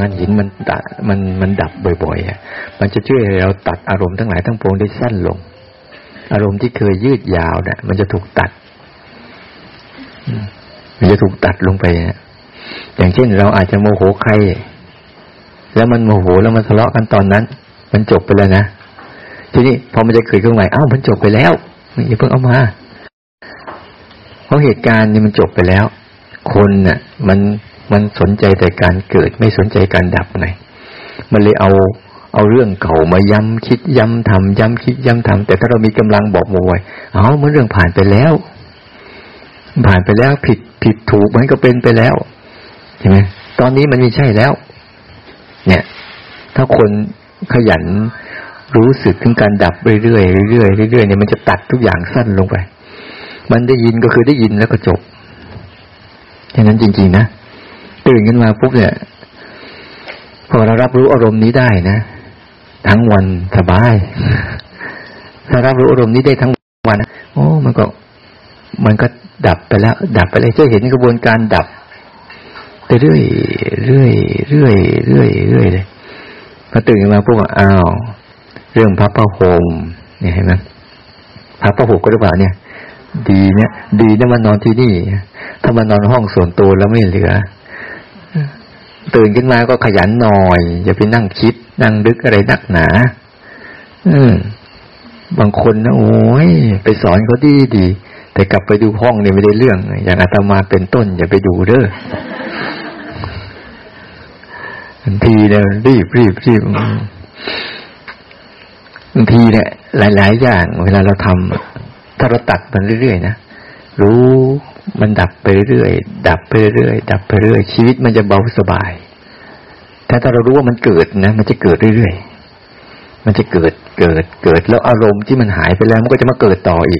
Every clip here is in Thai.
นั้นเห็นมันดับบ่อยๆมันจะช่วยให้เราตัดอารมณ์ทั้งหลายทั้งปวงได้สั้นลงอารมณ์ที่เคยยืดยาวเนี่ยมันจะถูกตัดลงไปอย่างเช่นเราอาจจะโมโหใครแล้วมันโมโหแล้วมันทะเลาะกันตอนนั้นมันจบไปแล้วนะทีนี้พอมันจะเกิดขึ้นใหม่มันจบไปแล้วอย่าเพิ่งเอามาเพราะเหตุการณ์นี่มันจบไปแล้วคนน่ะมันสนใจแต่การเกิดไม่สนใจการดับไงมันเลยเอาเรื่องเก่ามาย้ำคิดย้ำทำย้ำคิดย้ำทำแต่ถ้าเรามีกำลังบอกมวยเมื่อเรื่องผ่านไปแล้วผิดถูกมันก็เป็นไปแล้วใช่ไหมตอนนี้มันไม่ใช่แล้วเนี่ยถ้าคนขยันรู้สึกถึงการดับเรื่อยๆเรื่อยๆเรื่อยๆเนี่ยมันจะตัดทุกอย่างสั้นลงไปมันได้ยินก็คือได้ยินแล้วก็จบฉะนั้นจริงๆนะตื่นขึ้นมาปุ๊บเนี่ยพอเรารับรู้อารมณ์นี้ได้นะทั้งวันสบายถ้ารับรู้อารมณ์นี้ได้ทั้งวันมันก็ดับไปแล้วดับไปเลยจะเห็นกระบวนการดับไปเรื่อยเลยพอตื่นขึ้นมาปุ๊บเรื่องพระประหงเนี่ยเห็นไหมพระประหงก็หรือเปล่าเนี่ยดีนะมานอนที่นี่ถ้ามานอนห้องส่วนตัวแล้วไม่เหลือตื่นขึ้นมาก็ขยันหน่อยอย่าไปนั่งคิดนั่งดึกอะไรนักหนาบางคนนะไปสอนเขาดีแต่กลับไปดูห้องเนี่ยไม่ได้เรื่องอย่างอาตมาเป็นต้นอย่าไปดูเด้อบางทีเนี่ยรีบบางทีเนี่ยหลายๆอย่างเวลาเราทำถ้าเราตัดมันเรื่อยๆนะรู้มันดับไปเรื่อยดับไปเรื่อยดับไปเรื่อยชีวิตมันจะเบาสบายถ้าเรารู้ว่ามันเกิดนะมันจะเกิดเรื่อยๆมันจะเกิดแล้วอารมณ์ที่มันหายไปแล้วมันก็จะมาเกิดต่ออีก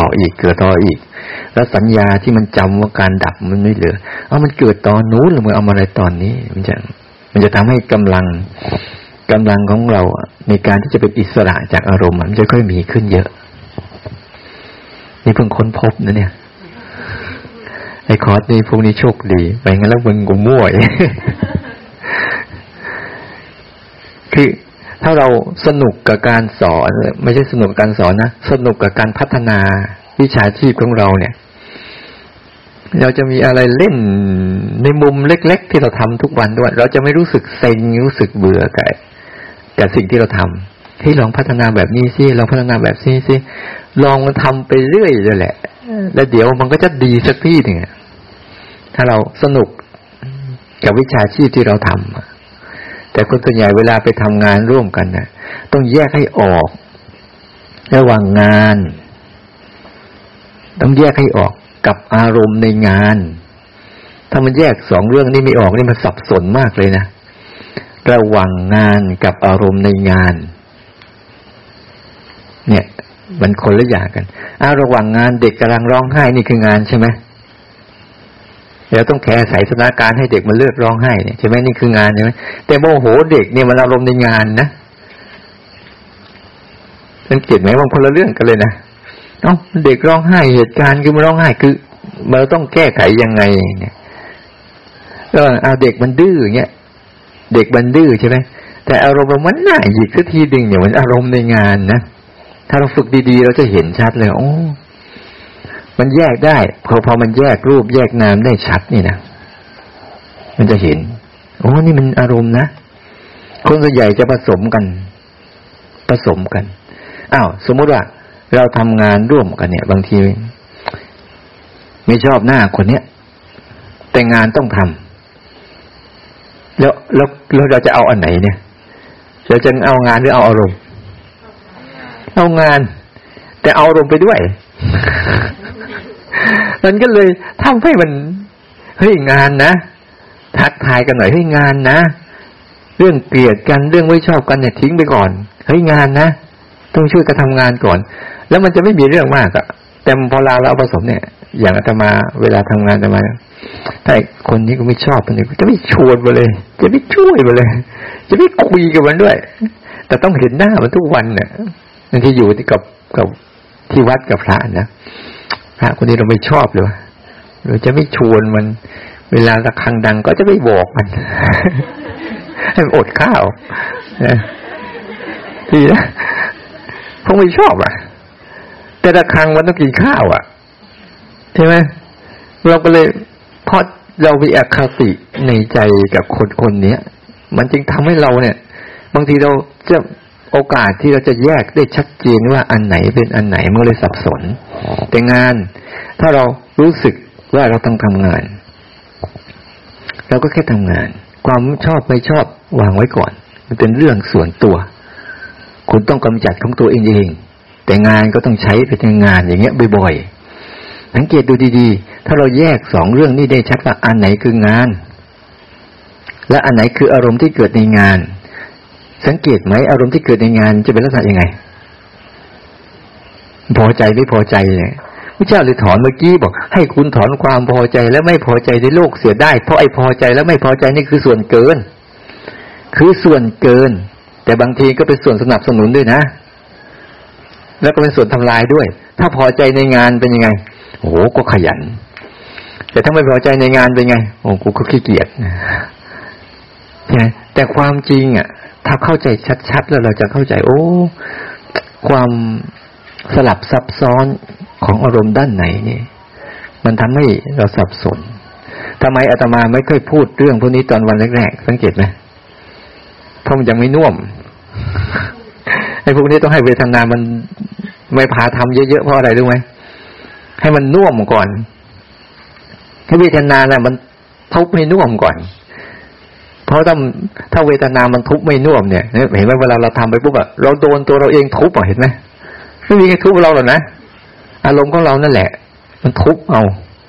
แล้วสัญญาที่มันจำว่าการดับมันไม่เหลือมันเกิดตอนนู้นหรือมันเอามาอะไรตอนนี้มันจะทำให้กำลังของเราในการที่จะเป็นอิสระจากอารมณ์มันจะค่อยมีขึ้นเยอะนี่เพิ่งค้นพบนะเนี่ยไอ้คอร์สนี่พวกนี้โชคดีไปงั้นแล้วมึงกูมั่วคือถ้าเราสนุกกับการสอนไม่ใช่สนุกกับการสอนนะสนุกกับการพัฒนาวิชาชีพของเราเนี่ยเราจะมีอะไรเล่นในมุมเล็กๆที่เราทำทุกวันด้วยเราจะไม่รู้สึกเซ็งรู้สึกเบื่อกับสิ่งที่เราทำให้ลองพัฒนาแบบนี้สิลองพัฒนาแบบนี้สิลองทำไปเรื่อยเลยแหละแล้วเดี๋ยวมันก็จะดีสักทีหนึ่งถ้าเราสนุกกับวิชาชีพที่เราทำแต่คนส่วนใหญ่เวลาไปทำงานร่วมกันนะต้องแยกให้ออกระหว่างงานต้องแยกให้ออกกับอารมณ์ในงานถ้ามันแยกสองเรื่องนี้ไม่ออกนี่มันสับสนมากเลยนะระหว่างงานกับอารมณ์ในงานเนี่ยมันคนละอย่างกันระหว่างงานเด็กกำลังร้องไห้นี่คืองานใช่ไหมเราต้องแคร์ใส่สถานการณ์ให้เด็กมันเลิกร้องไห้เนี่ยใช่ไหมนี่คืองานใช่ไหมแต่โมโหเด็กเนี่ยมันอารมณ์ในงานนะสังเกตไหมว่าคนละเรื่องกันเลยนะเด็กร้องไห้เหตุการณ์คือมันร้องไห้คือเราต้องแก้ไขยังไงเนี่ยแล้วเด็กมันดื้ออย่างเงี้ยเด็กมันดื้อใช่ไหมแต่อารมณ์มันน่าหยิกสักทีนึงเนี่ยมันอารมณ์ในงานนะถ้าเราฝึกดีๆเราจะเห็นชัดเลยมันแยกได้พอมันแยกรูปแยกนามได้ชัดนี่นะมันจะเห็นนี่มันอารมณ์นะคนส่วนใหญ่จะผสมกันสมมติว่าเราทำงานร่วมกันเนี่ยบางทีไม่ชอบหน้าคนเนี้ยแต่งานต้องทำแล้วเราจะเอาอันไหนเนี่ยเราจะเอางานหรือเอาอารมณ์เอางานแต่เอาอารมณ์ไปด้วยมันก็เลยทำให้มันงานนะทักทายกันหน่อยงานนะเรื่องเกลียดกันเรื่องไม่ชอบกันเนี่ยทิ้งไปก่อนงานนะต้องช่วยกันทำงานก่อนแล้วมันจะไม่มีเรื่องมากแต่พอเราผสมเนี่ยอย่างอาตมาเวลาทำงานอาตมาถ้าคนนี้ก็ไม่ชอบคนนี้จะไม่ชวนมาเลยจะไม่ช่วยมาเลยจะไม่คุยกับมันด้วยแต่ต้องเห็นหน้ามันทุกวันเนี่ยบางทีอยู่กับที่วัดกับพระนะพระคนนี้เราไม่ชอบเลยเราจะไม่ชวนมันเวลาระฆังดังก็จะไม่บอกมันให้มันอดข้าวทีนะเพราะไม่ชอบแต่ละครั้งมันต้องกินข้าวใช่ไหมเราก็เลยเพราะเรามีอคติในใจกับคนนี้มันจึงทำให้เราเนี่ยบางทีเราจะโอกาสที่เราจะแยกได้ชัดเจนว่าอันไหนเป็นอันไหนมันเลยสับสนแต่งานถ้าเรารู้สึกว่าเราต้องทำงานเราก็แค่ทำงานความชอบไม่ชอบวางไว้ก่อนมันเป็นเรื่องส่วนตัวคุณต้องกำจัดของตัวเองแต่งานก็ต้องใช้ไปในงานอย่างเงี้ยบ่อยๆสังเกตดูดีๆถ้าเราแยกสองเรื่องนี้ได้ชัดว่าอันไหนคืองานและอันไหนคืออารมณ์ที่เกิดในงานสังเกตไหมอารมณ์ที่เกิดในงานจะเป็นลักษณะยังไงพอใจไม่พอใจเนี่ยพระเจ้าเลยถอนเมื่อกี้บอกให้คุณถอนความพอใจและไม่พอใจในโลกเสียได้เพราะไอ้พอใจและไม่พอใจนี่คือส่วนเกินแต่บางทีก็เป็นส่วนสนับสนุนด้วยนะแล้วก็เป็นส่วนทำลายด้วยถ้าพอใจในงานเป็นยังไงโอ้โหก็ขยันแต่ถ้าไม่พอใจในงานเป็นไงโอ้กูก็ขี้เกียจใช่ไหมแต่ความจริงถ้าเข้าใจชัดๆแล้วเราจะเข้าใจโอ้ความสลับซับซ้อนของอารมณ์ด้านไหนนี่มันทำให้เราสับสนทำไมอาตมาไม่ค่อยพูดเรื่องพวกนี้ตอนวันแรกๆสังเกตไหมเพราะมันยังไม่น่วมไอ้พวกนี้ต้องให้เวทนามันไม่พาทำเยอะๆเพราะอะไรรู้ไหมให้มันน่วมก่อนให้เวทนามันทุบให้น่วมก่อนเพราะถ้าเวทนามันทุบไม่น่วมเนี่ยเห็นไหมเวลาเราทำไปปุ๊บเราโดนตัวเราเองทุบเห็นไหมไม่มีใครทุบเราหรอกนะอารมณ์ของเรานั่นแหละมันทุบเอา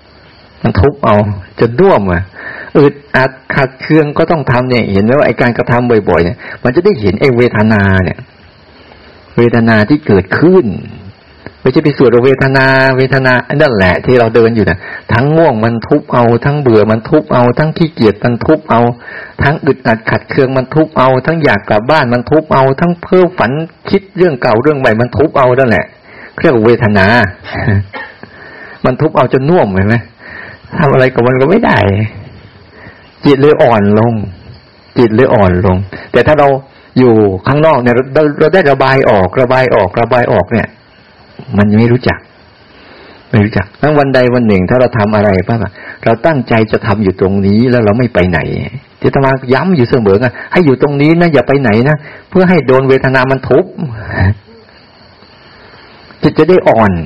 จะน่วมอึดอัดขัดเคืองก็ต้องทำเนี่ยเห็นไหมว่าไอ้การกระทำบ่อยๆเนี่ยมันจะได้เห็นไอ้เวทนาเนี่ยเวทนาที่เกิดขึ้นไม่ใช่ไปสวดเวทนานั่นแหละที่เราเดินอยู่นะทั้งง่วงมันทุบเอาทั้งเบื่อมันทุบเอาทั้งขี้เกียจมันทุบเอาทั้งอึดอัดขัดเคืองมันทุบเอาทั้งอยากกลับบ้านมันทุบเอาทั้งเพ้อฝันคิดเรื่องเก่าเรื่องใหม่มันทุบเอานั่นแหละเรียกว่าเวทนา มันทุบเอาจนน่วมเห็นไหมทำอะไรกับมันก็ไม่ได้จิตเลยอ่อนลงแต่ถ้าเราอยู่ข้างนอกเนี่ยเราได้ระบายออกเนี่ยมันไม่รู้จักทั้งวันใดวันหนึ่งถ้าเราทำอะไรป่ะเราตั้งใจจะทำอยู่ตรงนี้แล้วเราไม่ไปไหนที่อาตมาย้ำอยู่เสมอนะให้อยู่ตรงนี้นะอย่าไปไหนนะเพื่อให้โดนเวทนามันทุบจิตจะได้อ่อน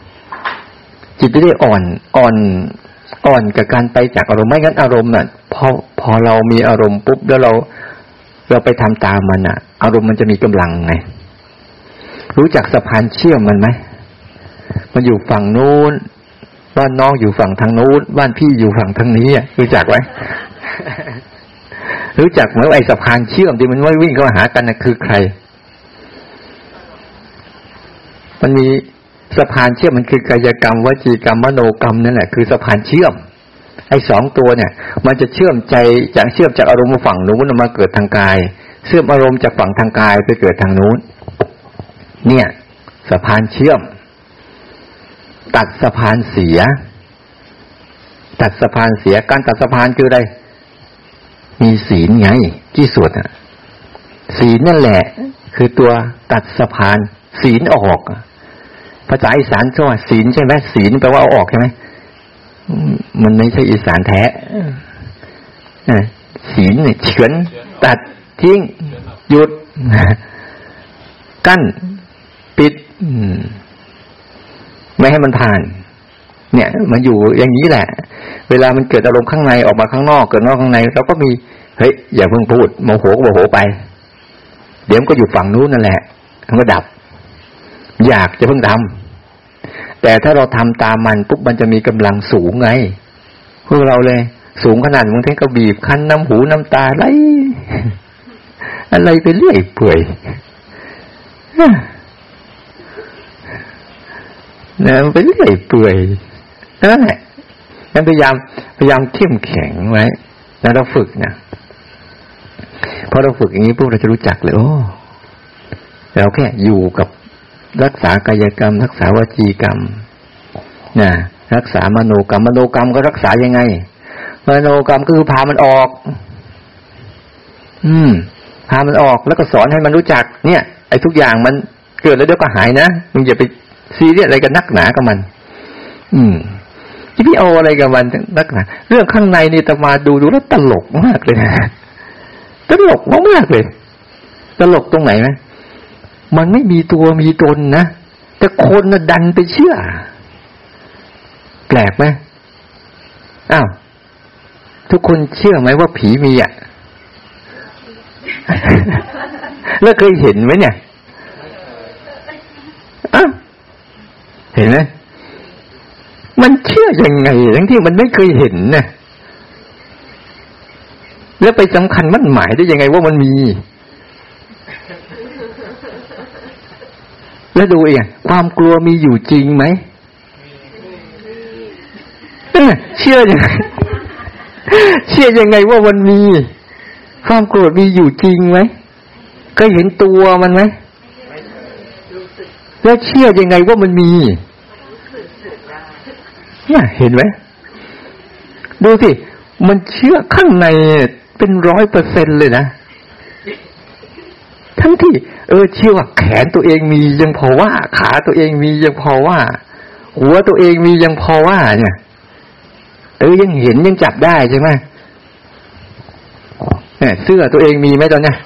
กับการไปจากอารมณ์ไม่งั้นอารมณ์น่ะพอเรามีอารมณ์ปุ๊บแล้วเราไปทำตามมันอารมณ์มันจะมีกำลังไงรู้จักสะพานเชื่อมมันไหมมันอยู่ฝั่งนู้นบ้านน้องอยู่ฝั่งทางนู้นบ้านพี่อยู่ฝั่งทางนี้รู้จักไหม รู้จักไหมว่าไอ้สะพานเชื่อมที่มันวิ่งเข้าหากันคือใครมันมีสะพานเชื่อมมันคือกายกรรมวจีกรรมมโนกรรมนั่นแหละคือสะพานเชื่อมไอ้สองตัวเนี่ยมันจะเชื่อมใจจากอารมณ์ฝั่งนู้นมาเกิดทางกายเชื่อมอารมณ์จากฝั่งทางกายไปเกิดทางนู้นเนี่ยสะพานเชื่อมตัดสะพานเสียการตัดสะพานคืออะไรมีศีลไงที่สุดศีลนั่นแหละคือตัวตัดสะพานศีลออกภาษาอีสานก็ว่าศีลใช่ไหมศีลแปลว่าเอาออกใช่ไหมมันไม่ใช่อีสานแท้ศีลเนี่ยเฉือนตัดทิ้งหยุดกั้นปิดไม่ให้มันผ่านเนี่ยมันอยู่อย่างนี้แหละเวลามันเกิดอารมณ์ข้างในออกมาข้างนอกเกิดนอกข้างในเราก็มีเฮ้ยอย่าเพิ่งพูดโมโหก็โมโหไปเดี๋ยวมันก็อยู่ฝั่งนู้นนั่นแหละมันก็ดับอยากจะเพิ่งทำแต่ถ้าเราทำตามมันปุ๊บมันจะมีกำลังสูงไงพวกเราเลยสูงขนาดบางทีก็บีบคั้นน้ำหูน้ำตาไหลอะไรไปเรื่อยเปื่อยนะไปเรื่อยเปื่อยนั่นแหละงั้นพยายามเข้มแข็งไว้แล้วเราฝึกนะพอเราฝึกอย่างนี้ปุ๊บเราจะรู้จักเลยโอ้เราแค่อยู่กับรักษากายกรรมรักษาวจีกรรมนะรักษามโนกรรมก็รักษายังไงมโนกรรมก็คือพามันออกพามันออกแล้วก็สอนให้มันรู้จักเนี่ยไอ้ทุกอย่างมันเกิดแล้วเดี๋ยวก็หายนะมึงอย่าไปซีเรียสอะไรกันนักหนากับมันพี่เอาอะไรกับมันนักหนาเรื่องข้างในนี่แต่มาดูแล้วตลกมากเลยนะตลกมากเลยตลกตรงไหนไหมมันไม่มีตัวมีตนนะแต่คนน่ะดันไปเชื่อแปลกไหมอ้าวทุกคนเชื่อไหมว่าผีมีอ่ะ แล้วเคยเห็นไหมเนี่ยอ้าวเห็นไหมมันเชื่อยังไงทั้งที่มันไม่เคยเห็นนะแล้วไปสำคัญมั่นหมายได้ยังไงว่ามันมีแล้วดูเองความกลัวมีอยู่จริงไหมเชื่อยังไงเชื่อยังไงว่ามันมีความโกรธมีอยู่จริงไหมเคยเห็นตัวมันไหมแล้วเชื่อยังไงว่ามันมีเนี่ยเห็นไหมดูสิมันเชื่อข้างในเป็น 100% เลยนะทั้งที่เชื่อว่าแขนตัวเองมียังพอว่าขาตัวเองมียังพอว่าหัวตัวเองมียังพอว่าเนี่ยยังเห็นยังจับได้ใช่ไหมเนี่ยเสื้อตัวเองมีไหมตอนเนี้ย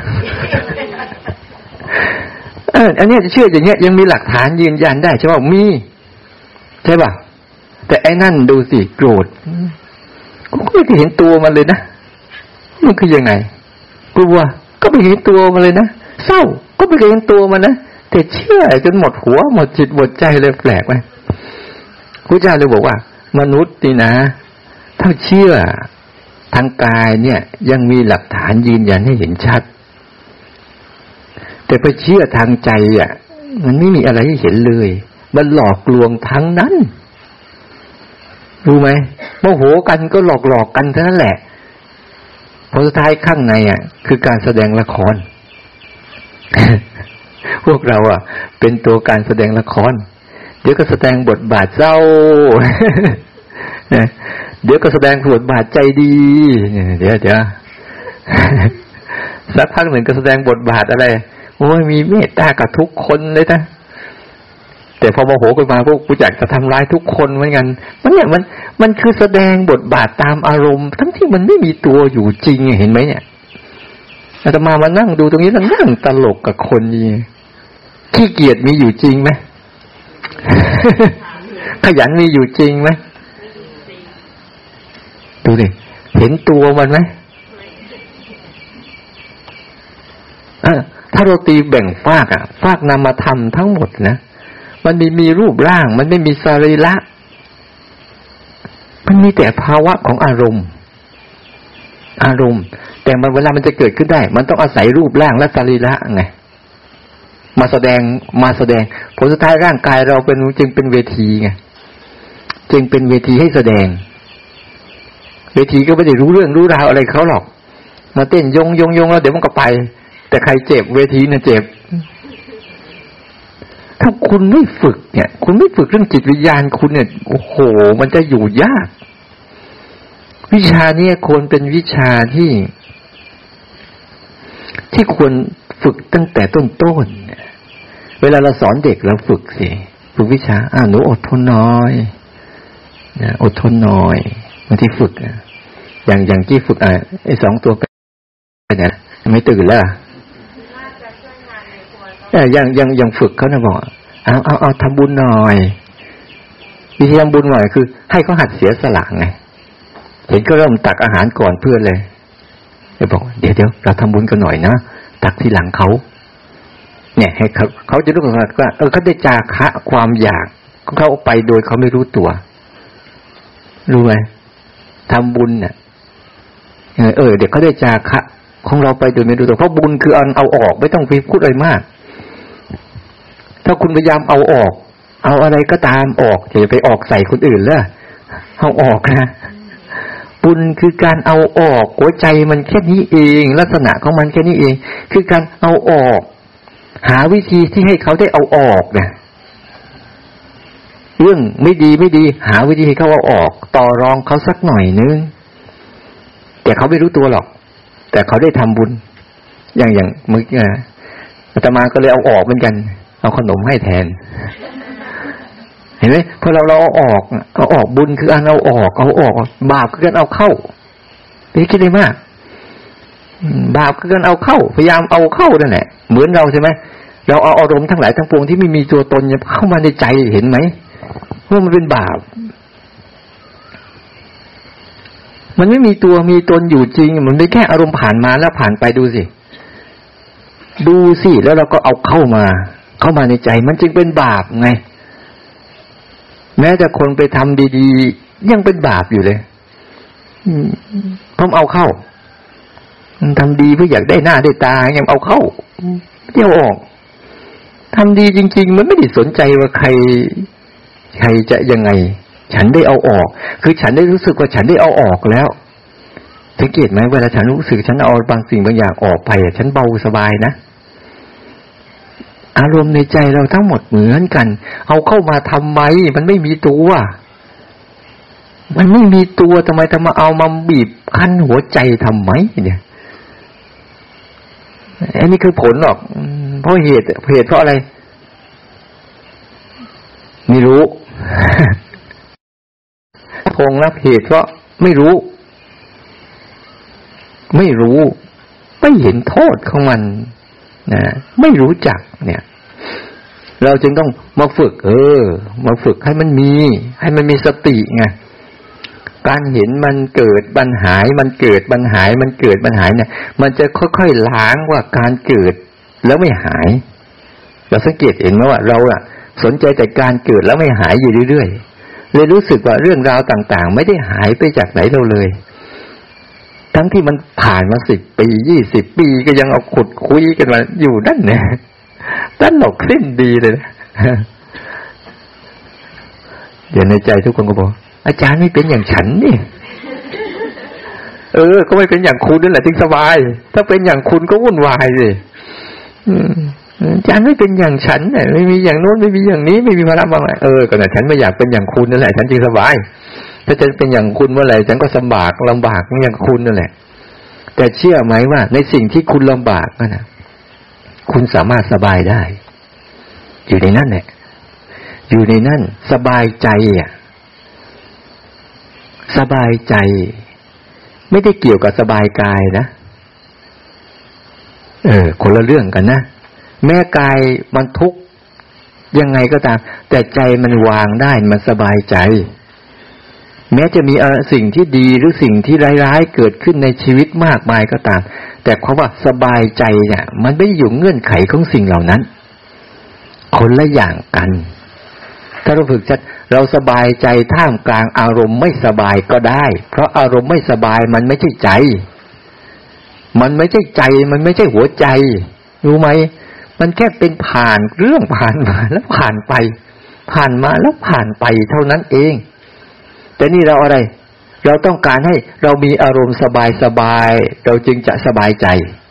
อันนี้จะเชื่ออย่างเงี้ยยังมีหลักฐานยืนยันได้ใช่ป่ะมีใช่ป่ะแต่ไอ้นั่นดูสิโกรธก็ไม่เห็นตัวมันเลยนะมันคือยังไงกลัวก็ไม่เห็นตัวมันเลยนะเศร้าก็ไม่เห็นตัวมันนะแต่เชื่อจนหมดหัวหมดจิตหมดใจเลยแปลกไหมพระเจ้าเลยบอกว่ามนุษย์นี่นะถ้าเชื่อทางกายเนี่ยยังมีหลักฐานยืนยันให้เห็นชัดแต่พอเชื่อทางใจมันไม่มีอะไรให้เห็นเลยมันหลอกลวงทั้งนั้นรู้ไหมโมโหกันก็หลอกกันเท่านั้นแหละพอสุดท้ายข้างในคือการแสดงละคร พวกเราเป็นตัวการแสดงละครเดี๋ยวก็แสดงบทบาทเศร้า เดี๋ยวก็แสดงบทบาทใจดีเดี๋ยวสักพักหนึ่งก็แสดงบทบาทอะไรโอ้ยมีเมตตากับทุกคนเลยนะแต่พอโมโหขึ้นมาพวกกูอยากจะทำร้ายทุกคนเหมือนกันมันคือแสดงบทบาทตามอารมณ์ทั้งที่มันไม่มีตัวอยู่จริงเห็นไหมเนี่ยอาตมานั่งดูตรงนี้แล้วนั่งตลกกับคนนี่ขี้เกียจมีอยู่จริงไหม ขยันมีอยู่จริงไหมดูดิเห็นตัวมันไหมถ้าเราตีแบ่งฝากนามธรรมทั้งหมดนะมันมีรูปร่างมันไม่มีสรีระมันมีแต่ภาวะของอารมณ์แต่เวลามันจะเกิดขึ้นได้มันต้องอาศัยรูปร่างและสรีระไงมาแสดงผลสุดท้ายร่างกายเราจึงเป็นเวทีไงจึงเป็นเวทีให้แสดงเวทีก็ไม่ได้รู้เรื่องรู้ราวอะไรเขาหรอกมาเต้นยงแล้วเดี๋ยวมันก็ไปแต่ใครเจ็บเวทีน่ะเจ็บถ้าคุณไม่ฝึกเนี่ยคุณไม่ฝึกเรื่องจิตวิญญาณคุณเนี่ยโอ้โหมันจะอยู่ยากวิชานี้ควรเป็นวิชาที่ควรฝึกตั้งแต่ต้นเวลาเราสอนเด็กเราฝึกวิชาหนูอดทนหน่อยนะอดทนหน่อยบางทีฝึกอย่างที่ฝึกไอ้2ตัวไปเนี่ยไม่ตื่นแล้วยังฝึกเขานะบอกเอาทำบุญหน่อยวิธีทำบุญหน่อยคือให้เขาหัดเสียสละไงเห็นก็เริ่มตักอาหารก่อนเพื่อนเลยไปบอกเดี๋ยวเราทำบุญกันหน่อยนะตักทีหลังเขาเนี่ยให้เขาจะรู้ว่าเขาได้จาคะความอยากของเขาไปโดยเขาไม่รู้ตัวรู้ไหมทำบุญเนี่ยเดี๋ยวเขาได้จาคะของเราไปโดยไม่รู้ตัวเพราะบุญคือเอาออกไม่ต้องไปพูดอะไรมากถ้าคุณพยายามเอาออกเอาอะไรก็ตามออกอย่าไปออกใส่คนอื่นเลยเอาออกนะบุญคือการเอาออกหัวใจมันแค่นี้เองลักษณะของมันแค่นี้เองคือการเอาออกหาวิธีที่ให้เขาได้เอาออกนะเรื่องไม่ดีหาวิธีให้เขาเอาออกต่อรองเขาสักหน่อยนึงแต่เขาไม่รู้ตัวหรอกแต่เขาได้ทำบุญอย่างมึกอาตมาก็เลยเอาออกเหมือนกันเอาขนมให้แทนเห็นไหมพอเราเอาออกบุญคืออันเอาออกบาปคือการเอาเข้าไม่คิดได้มากบาปคือการเอาเข้าพยายามเอาเข้านั่นแหละเหมือนเราใช่ไหมเราเอาอารมณ์ทั้งหลายทั้งปวงที่ไม่มีตัวตนเข้ามาในใจเห็นไหมว่ามันเป็นบาปมันไม่มีตัวมีตนอยู่จริงมันไม่แค่อารมณ์ผ่านมาแล้วผ่านไปดูสิแล้วเราก็เอาเข้ามาในใจมันจึงเป็นบาปไงแม้แต่คนไปทำดีๆยังเป็นบาปอยู่เลยเพราะเอาเข้ามันทำดีเพื่ออยากได้หน้าได้ตายังเอาเข้าเที่ยวออกทำดีจริงๆมันไม่ได้สนใจว่าใครจะยังไงฉันได้เอาออกคือฉันได้รู้สึกว่าฉันได้เอาออกแล้วสังเกตไหมเวลาฉันรู้สึกฉันเอาบางสิ่งบางอย่างออกไปฉันเบาสบายนะอารมณ์ในใจเราทั้งหมดเหมือนกันเอาเข้ามาทำไมมันไม่มีตัวทำไมเอามาบีบคั้นหัวใจทำไมเนี่ยอันนี้คือผลหรอกเพราะเหตุเพราะอะไรไม่รู้คงรับเหตุเพราะไม่รู้ไม่เห็นโทษของมันนะไม่รู้จักเนี่ยเราจึงต้องมาฝึกมาฝึกให้มันมีสติไงการเห็นมันเกิดปัญหามันเกิดปัญหาเนี่ยมันจะค่อยๆล้างว่าการเกิดแล้วไม่หายเราสังเกตเห็นไหมว่าเราสนใจแต่การเกิดแล้วไม่หายอยู่เรื่อยๆเลยรู้สึกว่าเรื่องราวต่างๆไม่ได้หายไปจากไหนเราเลยทั้งที่มันผ่านมา10 ปี20 ปีก็ยังเอาขุดคุยกันมาอยู่นั่นเนี่ยตลกสิ้นดีเลยนะเดี๋ยวในใจทุกคนก็บอกอาจารย์ไม่เป็นอย่างฉันนี่ก็ไม่เป็นอย่างคุณนั่นแหละถึงสบายถ้าเป็นอย่างคุณก็วุ่นวายสิอาจารย์ไม่เป็นอย่างฉันเนี่ยไม่มีอย่างโน้นไม่มีอย่างนี้ไม่มีภาระบ้างไหมก็แต่ฉันไม่อยากเป็นอย่างคุณนั่นแหละฉันจึงสบายถ้าจะเป็นอย่างคุณเมื่อไหร่ฉันก็ลำบากอย่างคุณนั่นแหละแต่เชื่อไหมว่าในสิ่งที่คุณลำบากนะคุณสามารถสบายได้อยู่ในนั่นแหละอยู่ในนั่นสบายใจสบายใจไม่ได้เกี่ยวกับสบายกายนะคนละเรื่องกันนะแม้กายมันทุกข์ยังไงก็ตามแต่ใจมันวางได้มันสบายใจแม้จะมีสิ่งที่ดีหรือสิ่งที่ร้ายๆเกิดขึ้นในชีวิตมากมายก็ตามแต่เพราะว่าสบายใจเนี่ยมันไม่อยู่เงื่อนไขของสิ่งเหล่านั้นคนละอย่างกันถ้าเราฝึกชัดเราสบายใจท่ามกลางอารมณ์ไม่สบายก็ได้เพราะอารมณ์ไม่สบายมันไม่ใช่ใจมันไม่ใช่ใจมันไม่ใช่หัวใจรู้ไหมมันแค่เป็นผ่านเรื่องผ่านมาแล้วผ่านไปผ่านมาแล้วผ่านไปเท่านั้นเองแต่นี่เราอะไรเราต้องการให้เรามีอารมณ์สบายๆเราจึงจะสบายใจ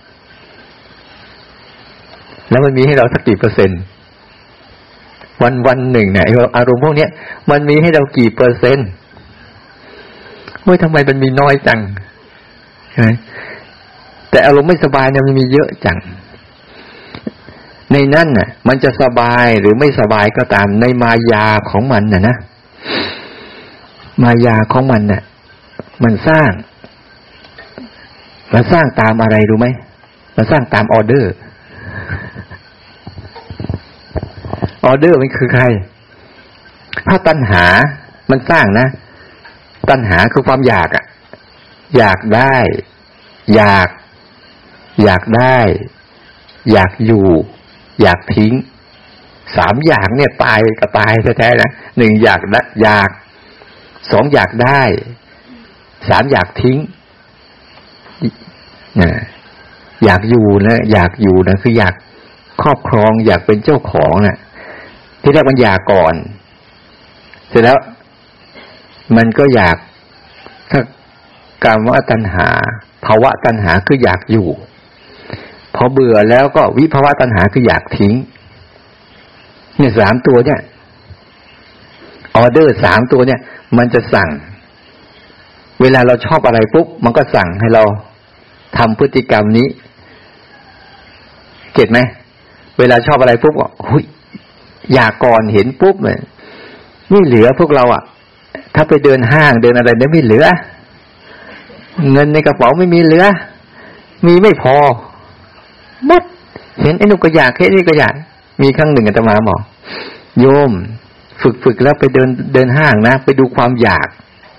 แล้วมันมีให้เราสักกี่เปอร์เซ็นต์วันหนึ่งเนี่ยอารมณ์พวกนี้มันมีให้เรากี่เปอร์เซ็นต์ทำไมมันมีน้อยจังใช่ไหมแต่อารมณ์ไม่สบายเนี่ยมันมีเยอะจังในนั้นน่ะมันจะสบายหรือไม่สบายก็ตามในมายาของมันนะมายาของมันน่ะมันสร้างตามอะไรรู้ไหมมันสร้างตามออเดอร์มันคือใครถ้าตัณหามันสร้างนะตัณหาคือความอยากอยากได้อยากได้อยากอยู่อยากทิ้ง3อย่างเนี่ยตายก็ตายแท้ๆนะ1อยาก2อยากได้3อยากทิ้งอยากอยู่นะคืออยากครอบครองอยากเป็นเจ้าของนะที่แรกมันอยากก่อนเสร็จแล้วมันก็อยากถ้ากามตัณหาภาวะตัณหาคืออยากอยู่พอเบื่อแล้วก็วิภาวะตัณหาคืออยากทิ้งเนี่ย3ตัวเนี่ยออเดอร์3ตัวเนี่ยมันจะสั่งเวลาเราชอบอะไรปุ๊บมันก็สั่งให้เราทำพฤติกรรมนี้เก็ตไหมเวลาชอบอะไรปุ๊บก็หุยอยากก่อนเห็นปุ๊บเนี่ยไม่เหลือพวกเราอ่ะถ้าไปเดินห้างเดินอะไรเนี่ยไม่เหลือเงินในกระเป๋าไม่มีเหลือมีไม่พอหมดเห็นไอ้นู่นก็อยากเห็นนี่ก็อยากมีครั้งหนึ่งอาตมาบอกโยมฝึกแล้วไปเดินห้างนะไปดูความอยาก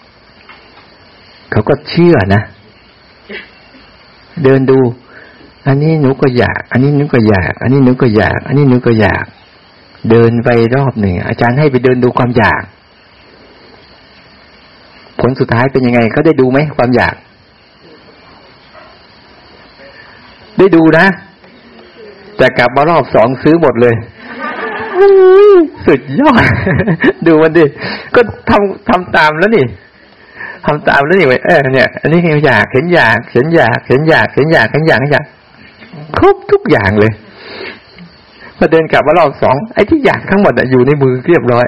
เขาก็เชื่อนะเดินดูอันนี้หนูก็อยากอันนี้หนูก็อยากอันนี้หนูก็อยากอันนี้หนูก็อยากเดินไปรอบหนึ่งอาจารย์ให้ไปเดินดูความอยากผลสุดท้ายเป็นยังไงเขาได้ดูไหมความอยากได้ดูนะแต่กลับมารอบสองซื้อหมดเลยสุดยอดดูมันดิก็ทำตามแล้วนี่ทำตามแล้วนี่เนี่ยอันนี้อยากเห็นอยากเห็นอยากเห็นอยากเห็นอยากเห็นอยากเห็นอยากครบทุกอย่างเลยพอเดินกลับมารอบสองไอ้ที่อยากทั้งหมดอยู่ในมือเรียบร้อย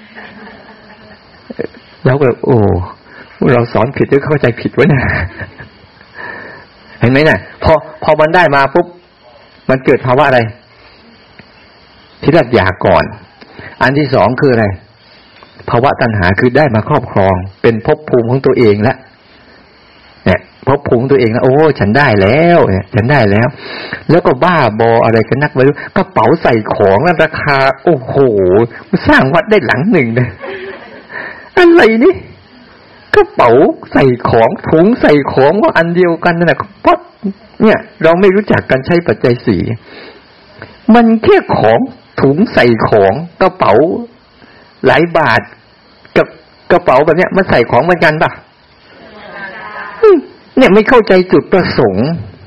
แล้วก็โอ้เราสอนผิดหรือเข้าใจผิดวะเนี่ยเห็นไหมเนี่ยพอมันได้มาปุ๊บมันเกิดภาวะอะไรที่แรกอยากก่อนอันที่สองคืออะไรภาวะตัณหาคือได้มาครอบครองเป็นภพภูมิของตัวเองแล้วเนี่ยภพภูมิตัวเองแล้วโอ้ฉันได้แล้วเนี่ยฉันได้แล้วก็บ้าบออะไรกันนักไม่รู้กระเป๋าใส่ของนั้นราคาโอ้โหสร้างวัดได้หลังหนึ่งเลยอะไรนี่กระเป๋าใส่ของถุงใส่ของว่าอันเดียวกันนั่นแหละเพราะเนี่ยเราไม่รู้จักการใช้ปัจจัยสี่มันแค่ของถุงใส่ของกระเป๋าหลายบาทกับกระเป๋าแบบเนี้ยมันใส่ของเหมือนกันป่ะเนี่ยไม่เข้าใจจุดประสงค์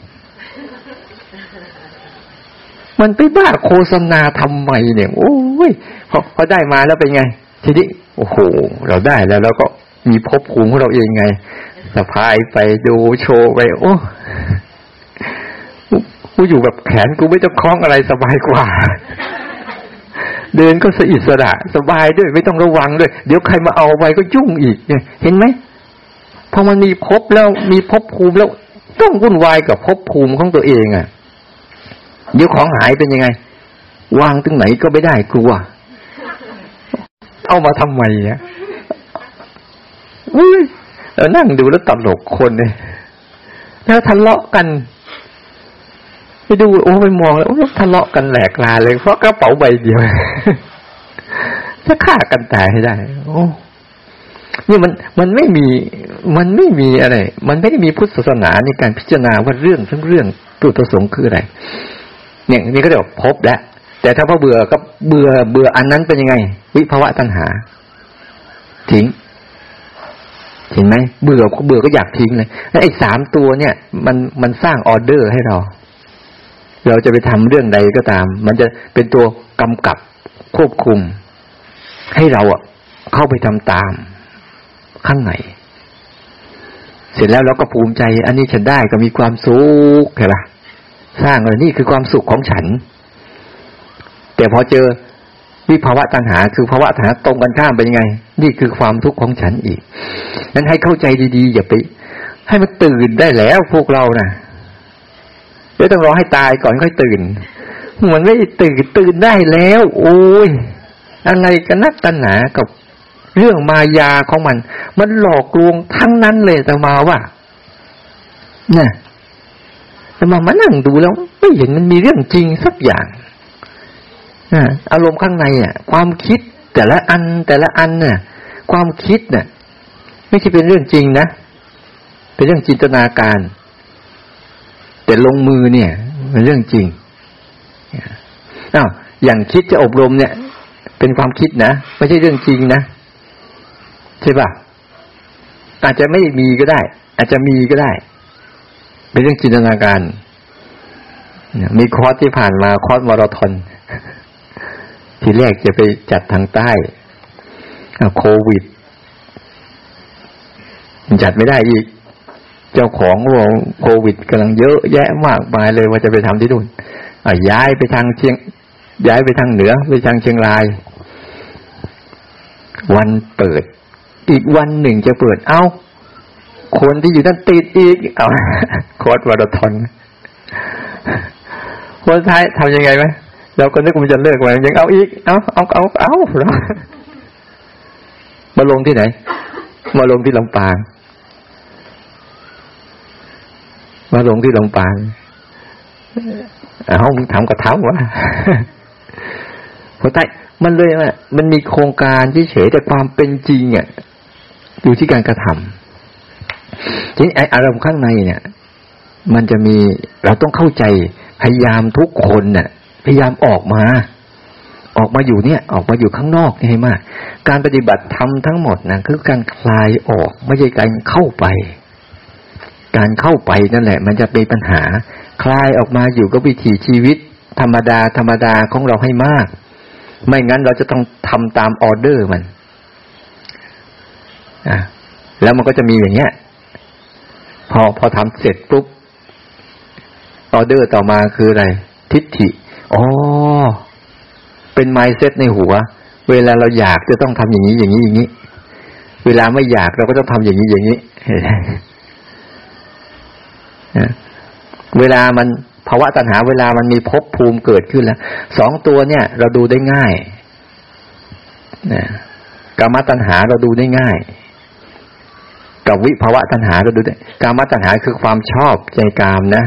มันไปบ้าโฆษณาทำไมเนี่ยโอ้ยพอได้มาแล้วเป็นไงทีนี้โอ้โหเราได้แล้วเราก็มีภพภูมิของเราเองไงสะพายไปดูโชว์ไปโอ้กูอยู่แบบแขนกูไม่ต้องคล้องอะไรสบายกว่าเดินก็สะอิสระสบายด้วยไม่ต้องระวังด้วยเดี๋ยวใครมาเอาไปก็ยุ่งอีกเนี่ยเห็นไหมพอมันมีภพแล้วมีภพภูมิแล้วต้องวุ่นวายกับภพภูมิของตัวเองอ่ะเดี๋ยวของหายเป็นยังไงวางตรงไหนก็ไม่ได้กลัวเอามาทำไมเนี่ยเรานั่งดูแล้วตลกคนเนี่ยแล้วทะเลาะกันไปดูโอ้ไปมองแล้วทะเลาะกันแหลกลาเลยเพราะกระเป๋าใบเดียวจะฆ่ากันตายให้ได้โอ้นี่มันไม่มีอะไรมันไม่ได้มีพุทธศาสนาในการพิจารณาว่าเรื่องทั้งเรื่องจุดประสงค์คืออะไรเนี่ยนี่ก็เรียกว่าพบแล้วแต่ถ้าพอเบื่อก็เบื่ออันนั้นเป็นยังไงวิภวะตัณหาทิ้งเห็นไหมเบื่อก็อยากทิ้งเลยแล้วไอ้3ตัวเนี่ยมันสร้างออเดอร์ให้เราจะไปทำเรื่องใดก็ตามมันจะเป็นตัวกำกับควบคุมให้เราเข้าไปทำตามข้างในเสร็จแล้วเราก็ภูมิใจอันนี้ฉันได้ก็มีความสุขเห็นปะสร้างนี่คือความสุขของฉันแต่พอเจอวิภาวะตัณหาคือภาวะตัณหาตรงกันข้ามเป็นยังไงนี่คือความทุกข์ของฉันอีกนั้นให้เข้าใจดีๆอย่าไปให้มันตื่นได้แล้วพวกเรานะไม่ต้องรอให้ตายก่อนค่อยตื่นมันไม่ตื่นได้แล้วโอ้ยอะไรกันนักตัณหากับเรื่องมายาของมันหลอกลวงทั้งนั้นเลยแต่มาว่าเนี่ยแต่มานั่งดูแล้วไม่เห็นมันมีเรื่องจริงสักอย่างอารมณ์ข้างในความคิดแต่ละอันเนี่ยความคิดเนี่ยไม่ใช่เป็นเรื่องจริงนะเป็นเรื่องจินตนาการแต่ลงมือเนี่ยเป็นเรื่องจริงอย่างคิดจะอบรมเนี่ยเป็นความคิดนะไม่ใช่เรื่องจริงนะใช่ป่ะอาจจะไม่มีก็ได้อาจจะมีก็ได้เป็นเรื่องจินตนาการมีคอร์สที่ผ่านมาคอร์สมาราธอนทีแรกจะไปจัดทางใต้โควิดจัดไม่ได้อีกเจ้าของว่าโควิดกำลังเยอะแยะมากมายเลยว่าจะไปทำที่นู่นย้ายไปทางเหนือไปทางเชียงรายวันเปิดอีกวันหนึ่งจะเปิดคนที่อยู่นั่นติดอีกเอาโค้ดมาราธอนคนท้ายทำยังไงไหมเราก็นึกว่ามันจะเลิกไว้ยังเอาอีกเอาแล้วมาลงที่ไหนมาลงที่ลำปางมึงทำก็ทำวะคนใต้มันเลยว่ามันมีโครงการเฉยๆแต่ความเป็นจริงอ่ะอยู่ที่การกระทำทีนี้อารมณ์ข้างในเนี่ยมันจะมีเราต้องเข้าใจพยายามทุกคนน่ะพยายามออกมาอยู่เนี่ยออกมาอยู่ข้างนอกนี่ให้มากการปฏิบัติธรรมทั้งหมดนะคือการคลายออกไม่ใช่การเข้าไปการเข้าไปนั่นแหละมันจะเป็นปัญหาคลายออกมาอยู่กับวิถีชีวิตธรรมดาของเราให้มากไม่งั้นเราจะต้องทำตามออเดอร์มันแล้วมันก็จะมีอย่างเงี้ยพอทำเสร็จปุ๊บออเดอร์ต่อมาคืออะไรทิฏฐิเป็น mindset ในหัวเวลาเราอยากจะต้องทำอย่างนี้เวลาไม่อยากเราก็ต้องทำอย่างนี้เวลามันภาวะตัณหาเวลามันมีภพภูมิเกิดขึ้นแล้ว2ตัวเนี่ยเราดูได้ง่ายกามตัณหาเราดูได้ง่ายกับวิภาวะตัณหาเราดูได้กามตัณหาคือความชอบใจกามนะ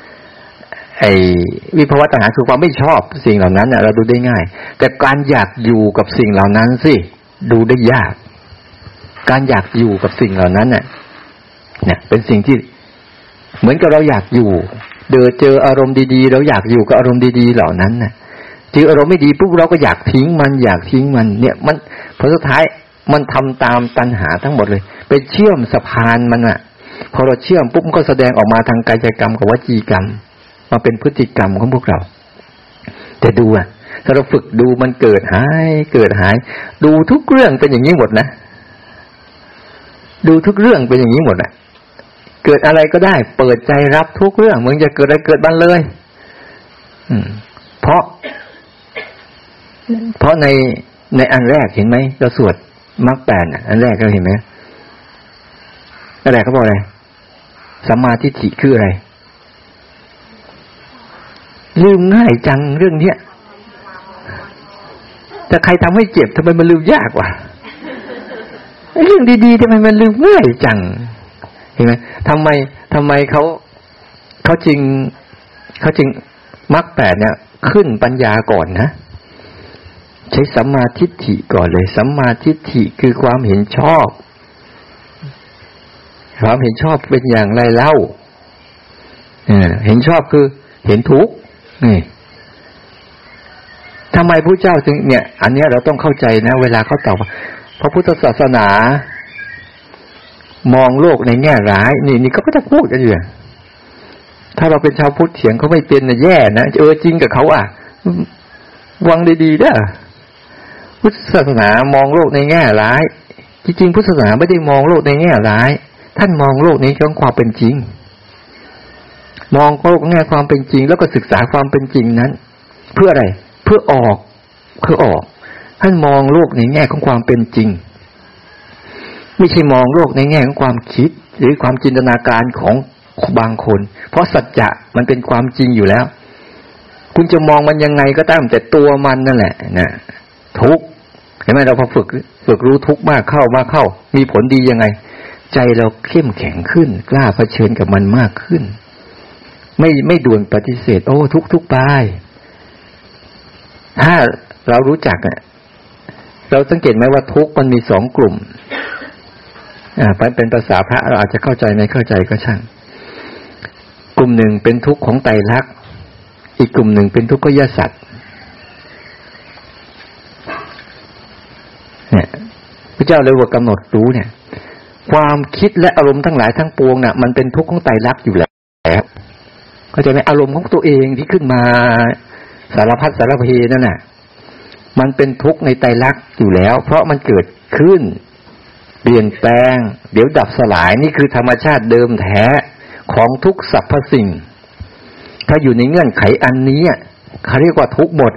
วิภาวะตัณหาคือความไม่ชอบสิ่งเหล่านั้นเราดูได้ง่ายแต่การอยากอยู่กับสิ่งเหล่านั้นสิดูได้ยากการอยากอยู่กับสิ่งเหล่านั้นเนี่ยเป็นสิ่งที่เหมือนกับเราอยากอยู่เจออารมณ์ดีๆเราอยากอยู่กับอารมณ์ดีๆเหล่านั้นน่ะเจออารมณ์ไม่ดีปุ๊บเราก็อยากทิ้งมันเนี่ยมันผลสุดท้ายมันทำตามตัณหาทั้งหมดเลยไปเชื่อมสะพานมันพอเราเชื่อมปุ๊บมันก็แสดงออกมาทางกายกรรมกับวจีกรรมมาเป็นพฤติกรรมของพวกเราแต่ดูถ้าเราฝึกดูมันเกิดหายดูทุกเรื่องเป็นอย่างนี้หมดนะดูทุกเรื่องเป็นอย่างนี้หมดเกิดอะไรก็ได้เปิดใจรับทุกเรื่องมึงจะเกิดอะไรเกิดบ้านเลยเพราะในอันแรกเห็นไหมเราสวดมรรค8อันแรกเราเห็นไหมอันแรกเขาบอกอะไรสัมมาทิฏฐิคืออะไรลืมง่ายจังเรื่องเนี้ยแต่ใครทำให้เจ็บทำไมมันลืมยากวะเรื่องดีๆทำไมมันลืมง่ายจังเห็นไหมทำไมเขาจริงมรรค8เนี่ยขึ้นปัญญาก่อนนะใช้สัมมาทิฏฐิก่อนเลยสัมมาทิฏฐิคือความเห็นชอบเป็นอย่างไรเล่าเห็นชอบคือเห็นทุกข์นี่ทำไมพระเจ้าจึงเนี่ยอันนี้เราต้องเข้าใจนะเวลาเขาตอบพระพุทธศาสนามองโลกในแง่ร้ายนี่เขาก็จะพูดกันอยู่ถ้าเราเป็นชาวพุทธเถียงเขาไม่เป็นนะแย่นะจริงกับเขาวังดีๆเด้อพุทธศาสนามองโลกในแง่ร้ายจริงๆพุทธศาสนาไม่ได้มองโลกในแง่ร้ายท่านมองโลกนี้ของความเป็นจริงมองโลกในแง่ความเป็นจริงแล้วก็ศึกษาความเป็นจริงนั้นเพื่ออะไรเพื่อออกท่านมองโลกในแง่ของความเป็นจริงไม่ใช่มองโลกในแง่ของความคิดหรือความจินตนาการของบางคนเพราะสัจจะมันเป็นความจริงอยู่แล้วคุณจะมองมันยังไงก็ตามแต่ตัวมันนั่นแหละนะทุกข์เห็นไหมเราพอฝึกรู้ทุกข์มากเข้ามีผลดียังไงใจเราเข้มแข็งขึ้นกล้าเผชิญกับมันมากขึ้นไม่ด่วนปฏิเสธทุกไปถ้าเรารู้จักเราสังเกตไหมว่าทุกข์มันมี2กลุ่มเป็นภาษาพระเราอาจจะเข้าใจไม่เข้าใจก็ช่างกลุ่มหนึ่งเป็นทุกข์ของไตรลักษณ์อีกกลุ่มหนึ่งเป็นทุกขยสัตว์เนี่ยพระเจ้าเลยว่ากำหนดรู้เนี่ยความคิดและอารมณ์ทั้งหลายทั้งปวงน่ะมันเป็นทุกข์ของไตรลักษณ์อยู่แล้วเข้าใจไหมอารมณ์ของตัวเองที่ขึ้นมาสารพัดสารเพนั่นน่ะมันเป็นทุกข์ในไตรลักษณ์อยู่แล้วเพราะมันเกิดขึ้นเปลี่ยนแปลงเดี๋ยวดับสลายนี่คือธรรมชาติเดิมแท้ของทุกสรรพสิ่งถ้าอยู่ในเงื่อนไขอันนี้เขาเรียกว่าทุกข์หมด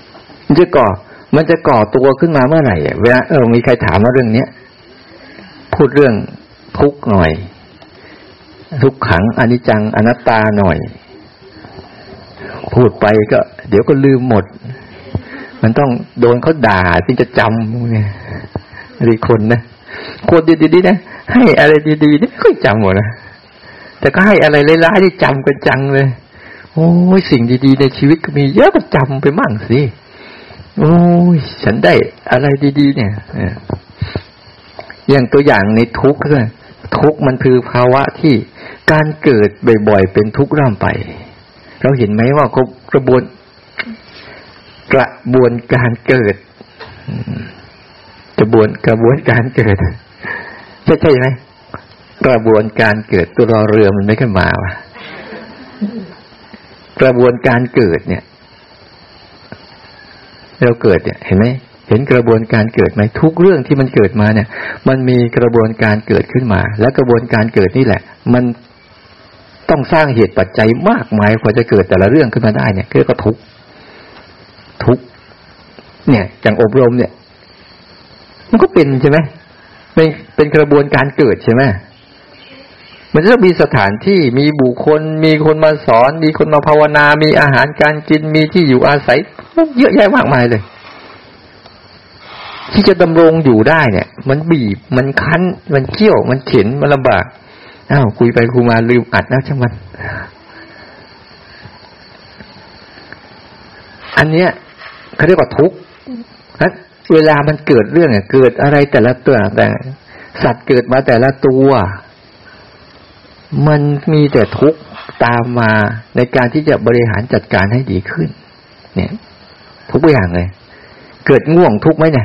มันจะก่อตัวขึ้นมาเมื่อไหร่เวลามีใครถามว่าเรื่องเนี้ยพูดเรื่องทุกข์หน่อยทุกขังอนิจจังอนัตตาหน่อยพูดไปก็เดี๋ยวก็ลืมหมดมันต้องโดนเขาด่าถึงจะจำเนี่ยอะไรคนนะคนดีๆนะให้อะไรดีๆนี่ค่อยจำหมดนะแต่ก็ให้อะไรร้ายๆที่จำกันจังเลยโอ้ยสิ่งดีๆในชีวิตก็มีเยอะก็จำไปมั่งสิโอ้ยฉันได้อะไรดีๆเนี่ยอย่างตัวอย่างในทุกข์เลยทุกข์มันคือภาวะที่การเกิดบ่อยๆเป็นทุกข์ร่ำไปเราเห็นไหมว่ากระบวนการเกิดกระบวนการเกิดใช่ไหมกระบวนการเกิดตัวรอเรือมันไม่ขึ้นมาวะกระบวนการเกิดเนี่ยเราเกิดเนี่ยเห็นไหมเห็นกระบวนการเกิดไหมทุกเรื่องที่มันเกิดมาเนี่ยมันมีกระบวนการเกิดขึ้นมาและกระบวนการเกิดนี่แหละมันต้องสร้างเหตุปัจจัยมากมายกว่าจะเกิดแต่ละเรื่องขึ้นมาได้เนี่ยก็ทุกเนี่ยอย่างอบรมเนี่ยมันก็เป็นใช่ไหมเป็นกระบวนการเกิดใช่ไหมมันจะมีสถานที่มีบุคคลมีคนมาสอนมีคนมาภาวนามีอาหารการกินมีที่อยู่อาศัยเยอะแยะมากมายเลยที่จะดำรงอยู่ได้เนี่ยมันบีบมันคั้นมันเคี่ยวมันเข็นมันลำบากคุยไปคุยมาลืมอัดนะช่างมันอันเนี้ยเขาเรียกว่าทุกข์เวลามันเกิดเรื่องเกิดอะไรแต่ละตัวแต่สัตว์เกิดมาแต่ละตัวมันมีแต่ทุกข์ตามมาในการที่จะบริหารจัดการให้ดีขึ้นเนี่ยทุกอย่างเลยเกิดง่วงทุกข์ไหมเนี่ย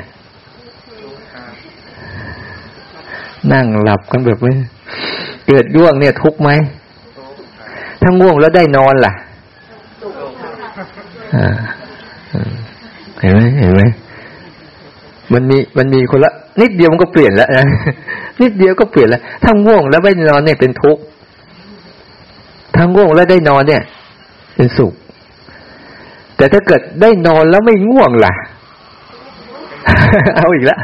นั่งหลับกันแบบนี้เกิดง่วงเนี่ยทุกข์ไหมถ้าง่วงแล้วได้นอนล่ะเห็นไหมมันมีคนละนิดเดียวมันก็เปลี่ยนแล้วนะนิดเดียวก็เปลี่ยนแล้วถ้าง่วงแล้วไม่นอนเนี่ยเป็นทุกข์ถ้าง่วงแล้วได้นอนเนี่ยเป็นสุขแต่ถ้าเกิดได้นอนแล้วไม่ง่วงล่ะเอาอีกแล้ว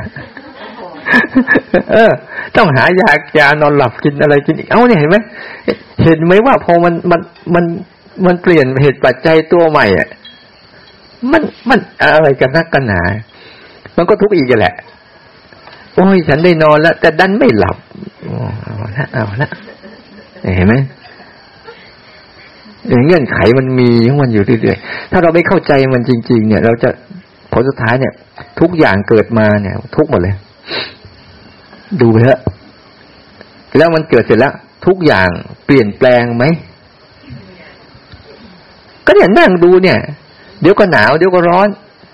ต้องหายานอนหลับกินอะไรกินอีกเนี่ยเห็นไหมว่าพอมันเปลี่ยนเหตุปัจจัยตัวใหม่อ่ะมันอะไรกันนักกันหนามันก็ทุกข์อีกแหละโอ้ยฉันได้นอนแล้วแต่ดันไม่หลับเอาละเห็นไหมเงื่อนไขมันมีของมันอยู่เรื่อยๆถ้าเราไม่เข้าใจมันจริงๆเนี่ยเราจะผลสุดท้ายเนี่ยทุกอย่างเกิดมาเนี่ยทุกหมดเลยดูไปเถอะแล้วมันเกิดเสร็จแล้วทุกอย่างเปลี่ยนแปลงไหมก็เนี่ยนั่งดูเนี่ยเดี๋ยวก็หนาวเดี๋ยวก็ร้อน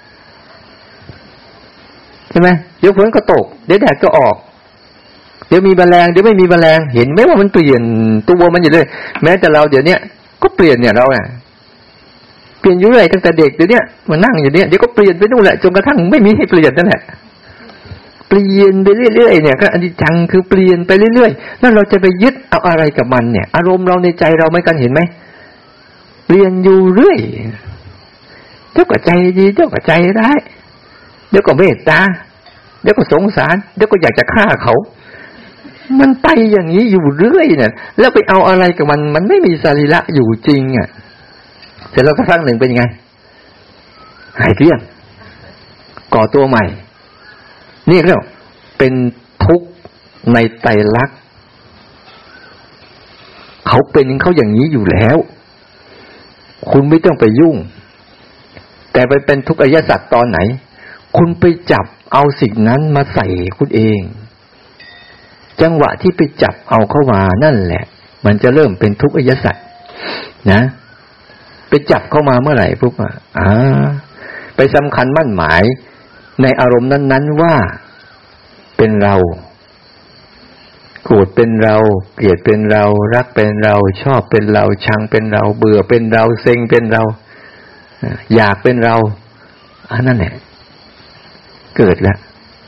ใช่ไหมเดี๋ยวฝนก็ตกเดี๋ยวแดดก็ออกเดี๋ยวมีแมลงเดี๋ยวไม่มีแมลงเห็นไหมว่ามันเปลี่ยนตัวมันอยู่เลยแม้แต่เราเดี๋ยวนี้ก็เปลี่ยนเนี่ยเราเปลี่ยนอยู่เลยตั้งแต่เด็กเดี๋ยวนี้มันนั่งอยู่เนี่ยเดี๋ยวก็เปลี่ยนไปนู่นแหละจนกระทั่งไม่มีให้เปลี่ยนนั่นแหละเปลี่ยนไปเรื่อยๆเนี่ยก็อนิจจังคือเปลี่ยนไปเรื่อยๆแล้วเราจะไปยึดเอาอะไรกับมันเนี่ยอารมณ์เราในใจเราไม่กันเห็นไหมเปลี่ยนอยู่เรื่อยเดี๋ยวก็ใจดีเดี๋ยวก็ใจร้ายเดี๋ยวก็เมตตาเดี๋ยวก็สงสารเดี๋ยวก็อยากจะฆ่าเขามันไปอย่างนี้อยู่เรื่อยเนี่ยแล้วไปเอาอะไรกับมันไม่มีสรีระอยู่จริงอ่ะเสร็จแล้วก็ครั้งหนึ่งเป็นยังไงหายเกลี้ยงก่อตัวใหม่นี่เรียกเป็นทุกข์ในไตรลักษณ์เขาเป็นเขาอย่างนี้อยู่แล้วคุณไม่ต้องไปยุ่งแต่ไปเป็นทุกข์อริยสัจตอนไหนคุณไปจับเอาสิ่งนั้นมาใส่คุณเองจังหวะที่ไปจับเอาเข้ามานั่นแหละมันจะเริ่มเป็นทุกข์อริยสัจนะไปจับเข้ามาเมื่อไหร่ปุ๊บไปสำคัญมั่นหมายในอารมณ์นั้นๆว่าเป็นเราโกรธเป็นเราเกลียดเป็นเรารักเป็นเราชอบเป็นเราชังเป็นเราเบื่อเป็นเราเซ็งเป็นเราอยากเป็นเรานั่นแหละเกิดแล้ว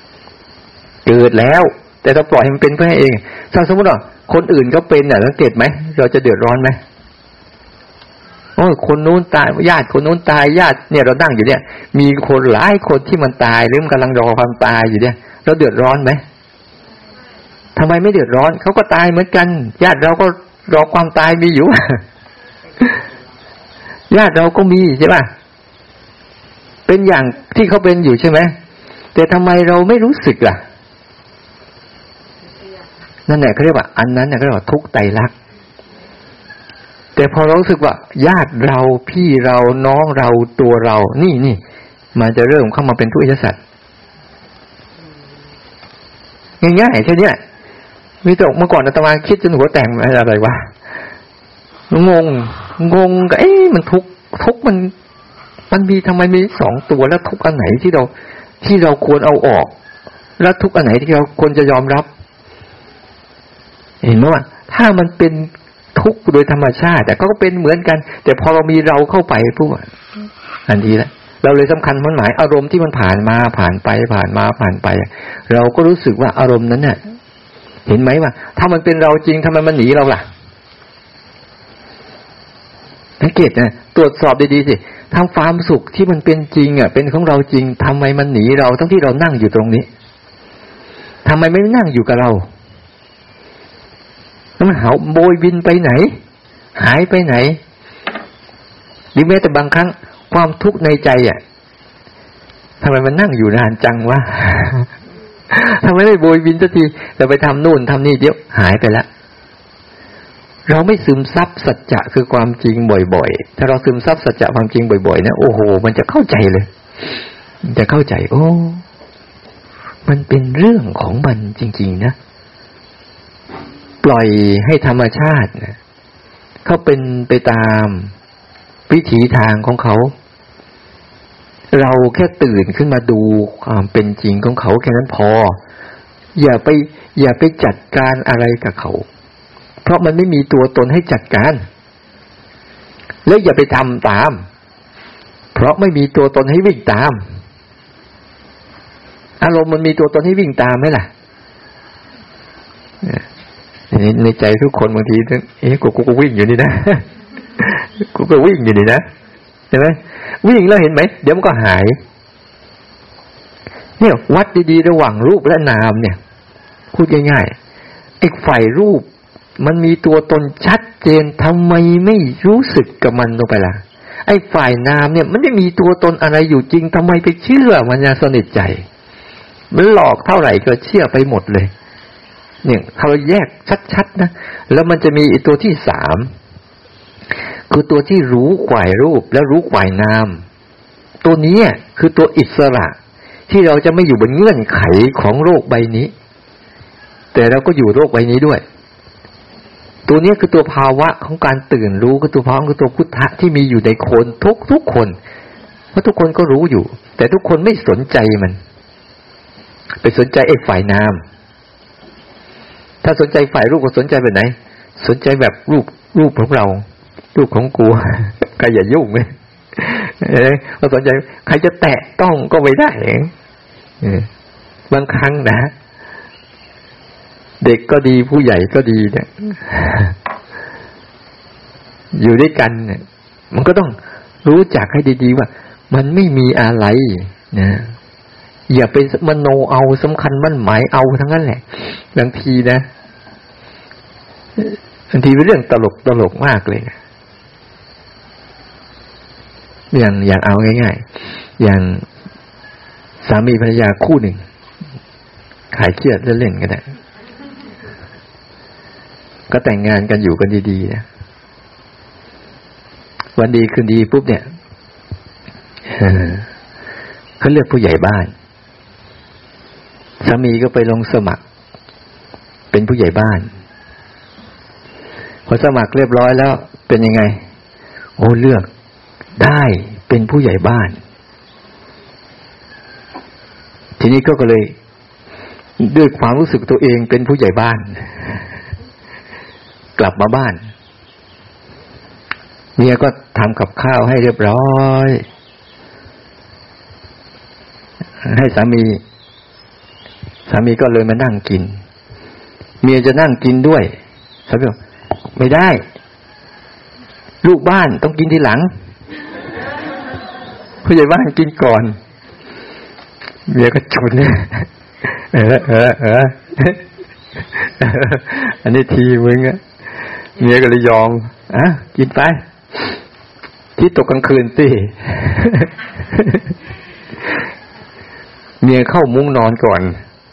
แต่เราปล่อยให้มันเป็นไปเองถ้าสมมติว่าคนอื่นเขาเป็นสังเกตไหมเราจะเดือดร้อนไหมโอ้ยคนนู้นตายญาติคนนู้นตายญาติเนี่ยเรานั่งอยู่เนี่ยมีคนหลายคนที่มันตายหรือมันกำลังรอความตายอยู่เนี่ยเราเดือดร้อนไหมททำไมไม่เดือดร้อนเขาก็ตายเหมือนกันญาติเราก็รอความตายมีอยู่ ญาติเราก็มีใช่ป่ะเป็นอย่างที่เขาเป็นอยู่ใช่ไหมแต่ทำไมเราไม่รู้สึกล่ะนั่นแหละเขาเรียกว่าอันนั้นเนี่ยเขาเรียกว่าทุกข์ไตรลักษณ์แต่พอเรารู้สึกว่าญาติเราพี่เราน้องเราตัวเรานี่มันจะเริ่มเข้ามาเป็นทุกขสัตว์ง่ายๆแค่นี้มีแต่เมื่อก่อนอาตมาคิดจนหัวแตกอะไรวะงงกับมันทุกมันมีทำไมมี2ตัวแล้วทุกอันไหนที่เราควรเอาออกแล้วทุกอันไหนที่เราควรจะยอมรับเห็นไหมว่าถ้ามันเป็นทุกข์โดยธรรมชาติแต่ก็เป็นเหมือนกันแต่พอเรามีเราเข้าไปปุ๊บอันนี้แหละเราเลยสำคัญมันหมายอารมณ์ที่มันผ่านมาผ่านไปเราก็รู้สึกว่าอารมณ์นั้นเนี่ยเห็นไหมว่าถ้ามันเป็นเราจริงทำไมมันหนีเราล่ะสังเกตนะตรวจสอบดีๆสิทำความสุขที่มันเป็นจริงเป็นของเราจริงทำไมมันหนีเราทั้งที่เรานั่งอยู่ตรงนี้ทำไมไม่นั่งอยู่กับเราแล้วมันโบยบินไปไหนหายไปไหนหรือแม้แต่บางครั้งความทุกข์ในใจทำไมมันนั่งอยู่นานจังวะ ทำไมไม่โบยบินสักทีเราไปทำนู่นทำนี่เดี๋ยวหายไปแล้วเราไม่ซึมซับสัจจะคือความจริงบ่อยๆถ้าเราซึมซับสัจจะความจริงบ่อยๆนะโอ้โหมันจะเข้าใจเลยจะเข้าใจโอ้มันเป็นเรื่องของมันจริงๆนะปล่อยให้ธรรมชาตินะเขาเป็นไปตามวิถีทางของเขาเราแค่ตื่นขึ้นมาดูความเป็นจริงของเขาแค่นั้นพออย่าไปจัดการอะไรกับเขาเพราะมันไม่มีตัวตนให้จัดการแล้วอย่าไปทำตามเพราะไม่มีตัวตนให้วิ่งตามอารมณ์มันมีตัวตนให้วิ่งตามไหมล่ะในใจทุกคนบางทีกูวิ่งอยู่นี่นะกูก็วิ่งอยู่นี่นะเห็นไหมวิ่งแล้วเห็นไหมเดี๋ยวมันก็หายเนี่ยวัดดีๆระหว่างรูปและนามเนี่ยพูดง่ายๆไอ้ฝ่ายรูปมันมีตัวตนชัดเจนทำไมไม่รู้สึกกับมันลงไปล่ะไอ้ฝ่ายนามเนี่ยมันไม่มีตัวตนอะไรอยู่จริงทำไมไปเชื่อมันยังสนิทใจมันหลอกเท่าไหร่ก็เชื่อไปหมดเลยเนี่ยถ้าเราแยกชัดๆนะแล้วมันจะมีตัวที่3คือตัวที่รู้ฝ่ายรูปและรู้ฝ่ายนามตัวนี้คือตัวอิสระที่เราจะไม่อยู่บนเงื่อนไขของโลกใบนี้แต่เราก็อยู่โลกใบนี้ด้วยตัวนี้คือตัวภาวะของการตื่นรู้คือตัวภาวะคือตัวพุทธะที่มีอยู่ในคนทุกคนเพราะทุกคนก็รู้อยู่แต่ทุกคนไม่สนใจมันไปสนใจไอ้ฝ่ายนามถ้าสนใจฝ่ายรูปก็สนใจแบบไหนสนใจแบบรูปของเรารูปของกูใครอย่ายุ่งเลยเราสนใจใครจะแตะต้องก็ไม่ได้บางครั้งนะเด็กก็ดีผู้ใหญ่ก็ดีเนี่ยอยู่ด้วยกันเนี่ยมันก็ต้องรู้จักให้ดีๆว่ามันไม่มีอะไรนะอย่าไปมโนเอาสำคัญมั่นหมายเอาทั้งนั้นแหละบางทีนะบางทีเป็นเรื่องตลกมากเลยอย่างเอาง่ายๆอย่างสามีภรรยาคู่หนึ่งขายเครียดเล่นๆกันได้ก็แต่งงานกันอยู่กันดีๆนะวันดีคืนดีปุ๊บเนี่ยเขาเลือกผู้ใหญ่บ้านสามีก็ไปลงสมัครเป็นผู้ใหญ่บ้านพอสมัครเรียบร้อยแล้วเป็นยังไงโอ้เลือกได้เป็นผู้ใหญ่บ้านทีนี้ก็เลยด้วยความรู้สึกตัวเองเป็นผู้ใหญ่บ้านกลับมาบ้านเมียก็ทำกับข้าวให้เรียบร้อยให้สามีก็เลยมานั่งกินเมียจะนั่งกินด้วยสามีบอกไม่ได้ลูกบ้านต้องกินทีหลังผู้ใหญ่บ้านกินก่อนเมียก็ฉุนอันนี้ทีมึงอะเมียก็เลยยอมกินไปที่ตกกลางคืนสิ เมียเข้ามุ้งนอนก่อน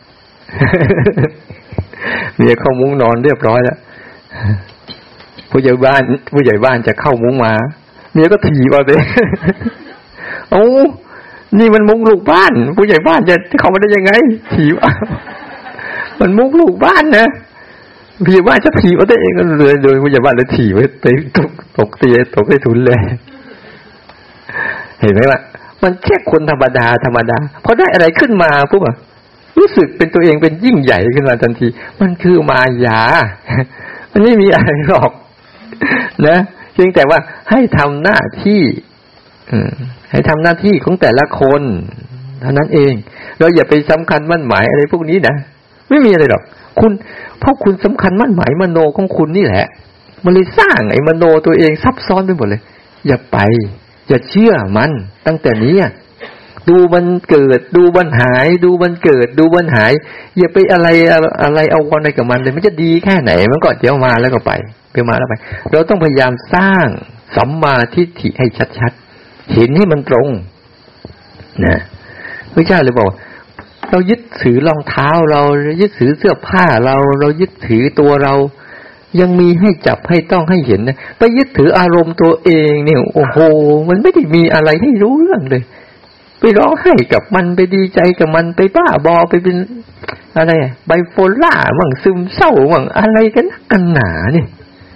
เมียเข้ามุ้งนอนเรียบร้อยแล้วผู้ใหญ่บ้านจะเข้ามุ้งมาเมียก็ถีบเอาเลย โอ้นี่มันมุ้งลูกบ้านผู้ใหญ่บ้านจะเข้ามาได้ยังไงถีบมันมุ้งลูกบ้านนะผู้ใหญ่บ้านจะถีบเอาได้เองก็เลยโดยผู้ใหญ่บ้านเลยถีบไว้ตกตีตกได้ทุนเลยเห็นไหมว่ามันแค่คนธรรมดาพอได้อะไรขึ้นมาปุ๊บรู้สึกเป็นตัวเองเป็นยิ่งใหญ่ขึ้นมาทันทีมันคือมายามันไม่มีอะไรหรอกนะเพียงแต่ว่าให้ทำหน้าที่ให้ทำหน้าที่ของแต่ละคนเท่านั้นเองเราอย่าไปสำคัญมั่นหมายอะไรพวกนี้นะไม่มีอะไรหรอกเพราะคุณสำคัญมั่นหมายมโนของคุณนี่แหละมันเลยสร้างไอ้มโนตัวเองซับซ้อนไปหมดเลยอย่าเชื่อมันตั้งแต่นี้ดูมันเกิดดูมันหายดูมันเกิดดูมันหายอย่าไปอะไรเอาวันอะไรกับมันเลยมันจะดีแค่ไหนมันก็เดี๋ยวมาแล้วก็ไปมาแล้วไปเราต้องพยายามสร้างสัมมาทิฏฐิให้ชัดๆเห็นให้มันตรงนะพระเจ้าเลยบอกเรายึดถือรองเท้าเรายึดถือเสื้อผ้าเรายึดถือตัวเรายังมีให้จับให้ต้องให้เห็นนะไปยึดถืออารมณ์ตัวเองเนี่ยโอ้โหมันไม่ได้มีอะไรให้รู้เรื่องเลยไปร้องไห้กับมันไปดีใจกับมันไปบ้าบอไปเป็นอะไรไบโพล่ามั่งซึมเศร้ามั่งอะไรกันนักกันหนาเนี่ย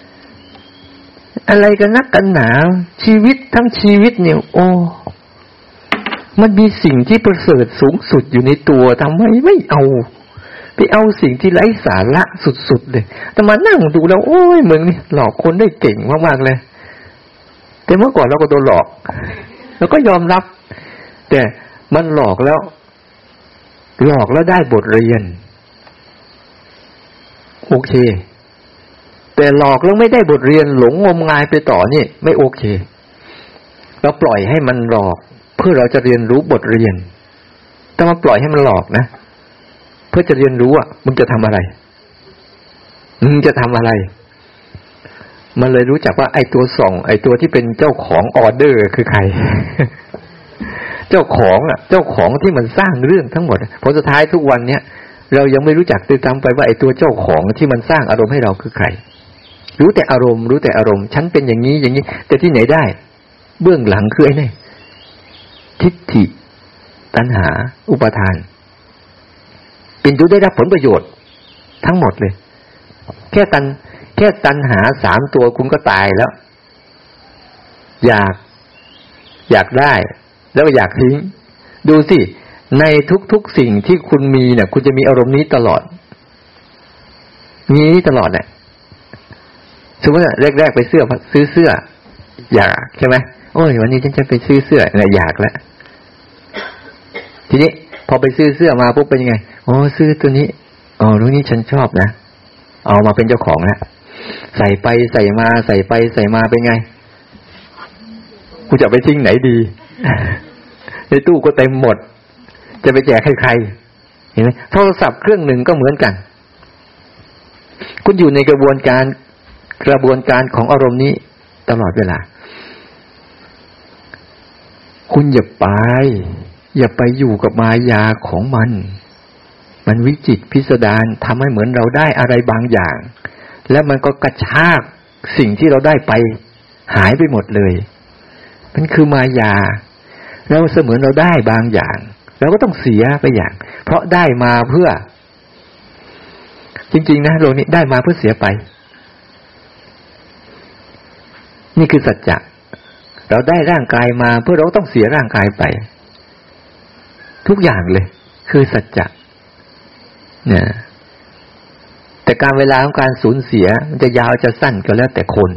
อะไรกันนักกันหนาชีวิตทั้งชีวิตเนี่ยโอ้มันมีสิ่งที่ประเสริฐสูงสุดอยู่ในตัวทำไมไม่เอาไปเอาสิ่งที่ไร้สาระสุดๆเลยแต่มานั่งดูแล้วโอ้ยมึงนี่หลอกคนได้เก่งมากๆเลยแต่เมื่อก่อนเราก็โดนหลอกเราก็ยอมรับแต่มันหลอกแล้วได้บทเรียนโอเคแต่หลอกแล้วไม่ได้บทเรียนหลงงมงายไปต่อนี่ไม่โอเคเราปล่อยให้มันหลอกเพื่อเราจะเรียนรู้บทเรียนถ้ามาปล่อยให้มันหลอกนะเพื่อจะเรียนรู้มึงจะทำอะไรมันเลยรู้จักว่าไอ้ตัวส่องไอ้ตัวที่เป็นเจ้าของออเดอร์คือใคร เจ้าของที่มันสร้างเรื่องทั้งหมดพอสุดท้ายทุกวันเนี้ยเรายังไม่รู้จักตื่นตามไปว่าไอ้ตัวเจ้าของที่มันสร้างอารมณ์ให้เราคือใครรู้แต่อารมณ์ฉันเป็นอย่างนี้แต่ที่ไหนได้เบื้องหลังคือไอ้นี่ทิฏฐิตัณหาอุปาทานเป็นตัวได้รับผลประโยชน์ทั้งหมดเลยแค่ตัณหา3ตัวคุณก็ตายแล้วอยากได้แล้วอยากทิ้งดูสิในทุกๆสิ่งที่คุณมีเนี่ยคุณจะมีอารมณ์นี้ตลอดนี้ตลอดแหละสมมติว่าแรกๆไปซื้อเสื้ออยากใช่ไหมโอ้ยวันนี้ฉันจะไปซื้อเสื้อเนี่ยอยากแล้วทีนี้พอไปซื้อเสื้อมาปุ๊บเป็นยังไงโอ้ซื้อตัวนี้ตัวนี้ฉันชอบนะเอามาเป็นเจ้าของแล้วใส่ไปใส่มาเป็นไงกูจะไปทิ้งไหนดี ในตู้ก็เต็มหมดจะไปแจกให้ใครเห็นไหมโทรศัพท์เครื่องหนึ่งก็เหมือนกันคุณอยู่ในกระบวนการของอารมณ์นี้ตลอดเวลาคุณอย่าไปอยู่กับมายาของมันวิจิตรพิสดารทำให้เหมือนเราได้อะไรบางอย่างแล้วมันก็กระชากสิ่งที่เราได้ไปหายไปหมดเลยมันคือมายาเราเสมือนเราได้บางอย่างเราก็ต้องเสียไปอย่างเพราะได้มาเพื่อจริงๆนะโลกนี้ได้มาเพื่อเสียไปนี่คือสัจจะเราได้ร่างกายมาเพื่อเราต้องเสียร่างกายไปทุกอย่างเลยคือสัจจะเนี่ยแต่การเวลาของการสูญเสียมันจะยาวจะสั้นก็แล้วแต่คน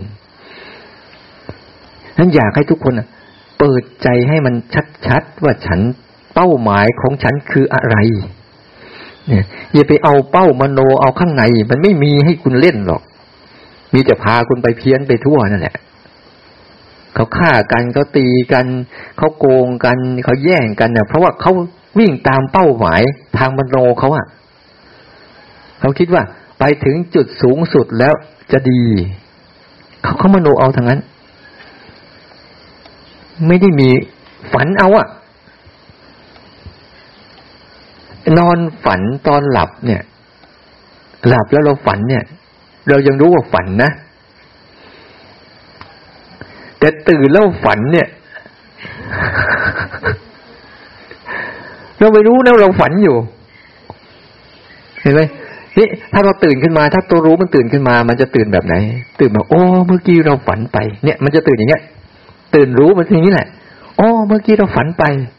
นั้นอยากให้ทุกคนเปิดใจให้มันชัดๆว่าฉันเป้าหมายของฉันคืออะไรเนี่ยอย่าไปเอาเป้ามโนเอาข้างในมันไม่มีให้คุณเล่นหรอกมีแต่พาคุณไปเพี้ยนไปทั่วนั่นแหละเขาฆ่ากันเขาตีกันเขาโกงกันเขาแย่งกันเนี่ยเพราะว่าเขาวิ่งตามเป้าหมายทางมโนเขาเขาคิดว่าไปถึงจุดสูงสุดแล้วจะดีเขามโนเอาทางนั้นไม่ได้มีฝันเอาอะนอนฝันตอนหลับเนี่ยหลับแล้วเราฝันเนี่ยเรายังรู้ว่าฝันนะแต่ตื่นแล้วฝันเนี่ยเราไม่รู้นะเราฝันอยู่เห็นไหมนี่ถ้าเราตื่นขึ้นมาถ้าตัวรู้มันตื่นขึ้นมามันจะตื่นแบบไหนตื่นแบบโอ้เมื่อกี้เราฝันไปเนี่ยมันจะตื่นอย่างเงี้ยตื่นรู้มันทีนี้แหละโอ้เมื่อกี้เราฝันไป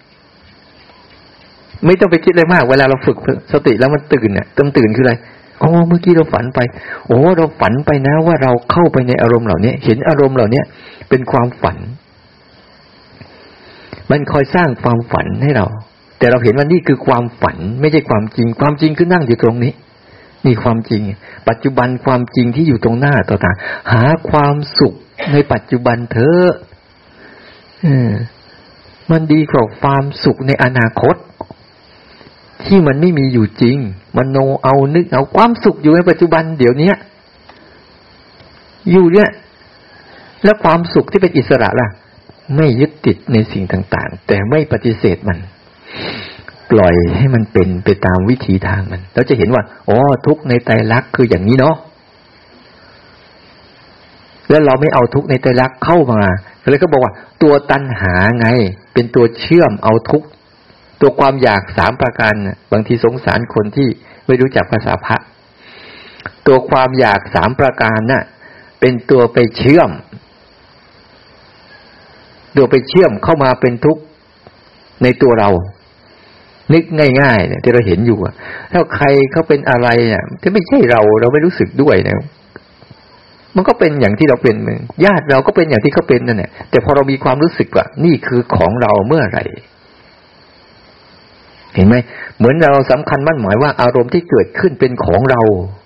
ไม่ต้องไปคิดอะไรมากเวลาเราฝึกสติแล้วมันตื่นเนี่ยตื่นคืออะไรโอ้เมื่อกี้เราฝันไปโอ้เราฝันไปนะว่าเราเข้าไปในอารมณ์เหล่านี้เห็นอารมณ์เหล่านี้เป็นความฝันมันคอยสร้างความฝันให้เราแต่เราเห็นว่านี่คือความฝันไม่ใช่ความจริงความจริงคือนั่งอยู่ตรงนี้นี่ความจริงปัจจุบันความจริงที่อยู่ตรงหน้าต่อตาหาความสุขในปัจจุบันเถอะมันดีกว่าความสุขในอนาคตที่มันไม่มีอยู่จริงมันโนเอานึกเอาความสุขอยู่ในปัจจุบันเดี๋ยวนี้อยู่เนี่ยแล้วความสุขที่เป็นอิสระล่ะไม่ยึดติดในสิ่งต่างๆแต่ไม่ปฏิเสธมันปล่อยให้มันเป็นไปตามวิถีทางมันเราจะเห็นว่าอ๋อทุกข์ในไตรลักษณ์คืออย่างนี้เนาะแล้วเราไม่เอาทุกข์ในไตรลักษณ์เข้ามาเลยก็บอกว่าตัวตัณหาไงเป็นตัวเชื่อมเอาทุกข์ตัวความอยาก3ประการบางทีสงสารคนที่ไม่รู้จักภาษาพระตัวความอยาก3ประการน่ะเป็นตัวไปเชื่อมเข้ามาเป็นทุกข์ในตัวเรานึกง่ายๆเนี่ยที่เราเห็นอยู่ถ้าใครเขาเป็นอะไรเนี่ยที่ไม่ใช่เราไม่รู้สึกด้วยนะมันก็เป็นอย่างที่เราเป็นญาติเราก็เป็นอย่างที่เขาเป็นนั่นแหละแต่พอเรามีความรู้สึกว่านี่คือของเราเมื่อไหร่เห็นไหมเหมือนเราสำคัญมั่นหมายว่าอารมณ์ที่เกิดขึ้นเป็นของเรา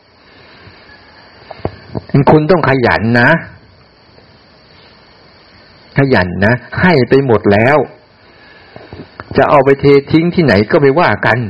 คุณต้องขยันนะให้ไปหมดแล้วจะเอาไปเททิ้งที่ไหนก็ไม่ว่ากัน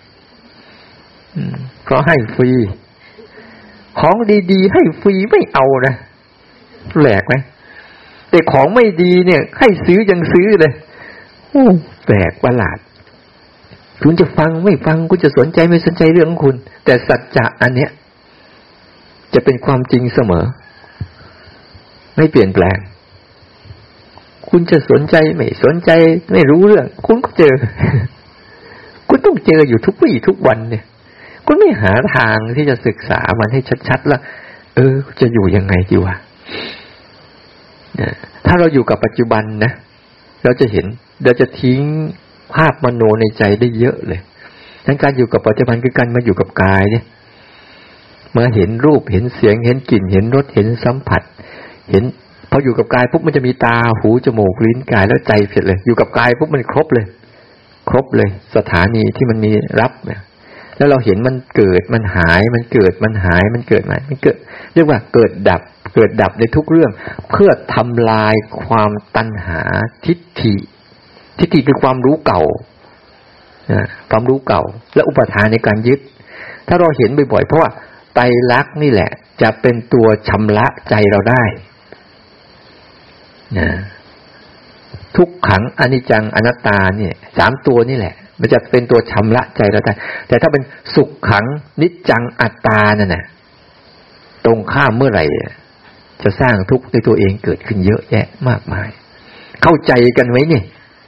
เพราะให้ฟรีของดีๆให้ฟรีไม่เอานะแปลกไหมแต่ของไม่ดีเนี่ยให้ซื้อยังซื้อเลยแปลกประหลาดคุณจะฟังไม่ฟังคุณจะสนใจไม่สนใจเรื่องของคุณแต่สัจจะอันเนี้ยจะเป็นความจริงเสมอไม่เปลี่ยนแปลงคุณจะสนใจไม่สนใจไม่รู้เรื่องคุณก็เจอคุณต้องเจออยู่ทุกวี่ทุกวันเนี่ยคุณไม่หาทางที่จะศึกษามันให้ชัดๆแล้วจะอยู่ยังไงดีวะถ้าเราอยู่กับปัจจุบันนะเราจะเห็นเราจะทิ้งภาพมโนในใจได้เยอะเลยทั้งการอยู่กับปัจจุบันคือการมาอยู่กับกายเนี่ยมาเห็นรูปเห็นเสียงเห็นกลิ่นเห็นรสเห็นสัมผัสเห็นพออยู่กับกายปุ๊บมันจะมีตาหูจมูกลิ้นกายแล้วใจเสร็จเลยอยู่กับกายปุ๊บมันครบเลยสถานีที่มันมีรับเนี่ยแล้วเราเห็นมันเกิดมันหายมันเกิดมันหายมันเกิดใหม่มันเกิดเรียกว่าเกิดดับในทุกเรื่องเพื่อทำลายความตัณหาทิฏฐิคือความรู้เก่าความรู้เก่าและอุปทานในการยึดถ้าเราเห็นบ่อยๆเพราะว่าไตรลักษณ์นี่แหละจะเป็นตัวชำระใจเราได้ทุกขังอนิจจังอนัตตาเนี่ย3ตัวนี่แหละมันจะเป็นตัวชำระใจเราได้แต่ถ้าเป็นสุขขังนิจจังอัตตานั่นน่ะตรงข้ามเมื่อไหร่จะสร้างทุกข์ในตัวเองเกิดขึ้นเยอะแยะมากมายเข้าใจกันไหมนี่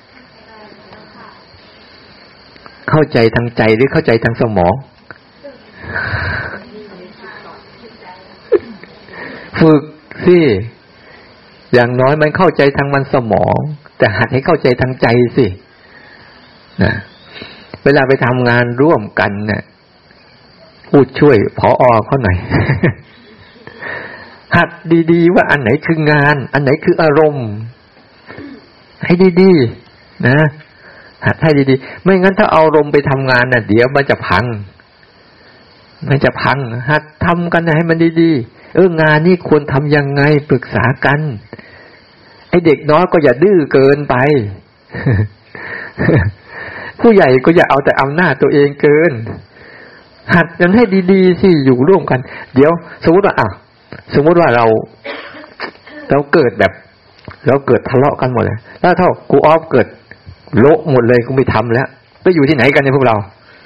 เข้าใจทางใจหรือเข้าใจทางสมองฝึกสิอย่างน้อยมันเข้าใจทางมันสมองแต่หัดให้เข้าใจทางใจสินะเวลาไปทำงานร่วมกันเนี่ยพูดช่วยผอ.เขาหน่อย หัดดีๆว่าอันไหนคืองานอันไหนคืออารมณ์ให้ดีๆนะหัดให้ดีๆไม่งั้นถ้าเอาอารมณ์ไปทำงานน่ะเดี๋ยวมันจะพังหัดทำกันให้มันดีๆงานนี้ควรทำยังไงปรึกษากันไอ้เด็กน้อยก็อย่าดื้อเกินไป ผู้ใหญ่ก็อย่าเอาแต่อำนาจตัวเองเกินหัดกันให้ดีๆสิอยู่ร่วมกันเดี๋ยวสมมติว่าสมมติว่าเราเกิดแบบเราเกิดทะเลาะกันหมดเลยแล้วถ้ากูออฟเกิดโละหมดเลยกูไม่ทำแล้วไปอยู่ที่ไหนกันเนี่ยพวกเรา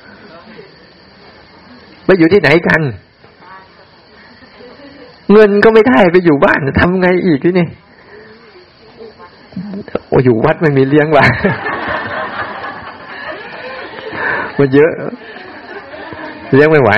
ไปอยู่ที่ไหนกันเงินก็ไม่ได้ไปอยู่บ้านทำไงอีกที่นี่โอ้อยู่วัดไม่มีเลี้ยงว่ะมันเยอะเลี้ยงไม่ไหว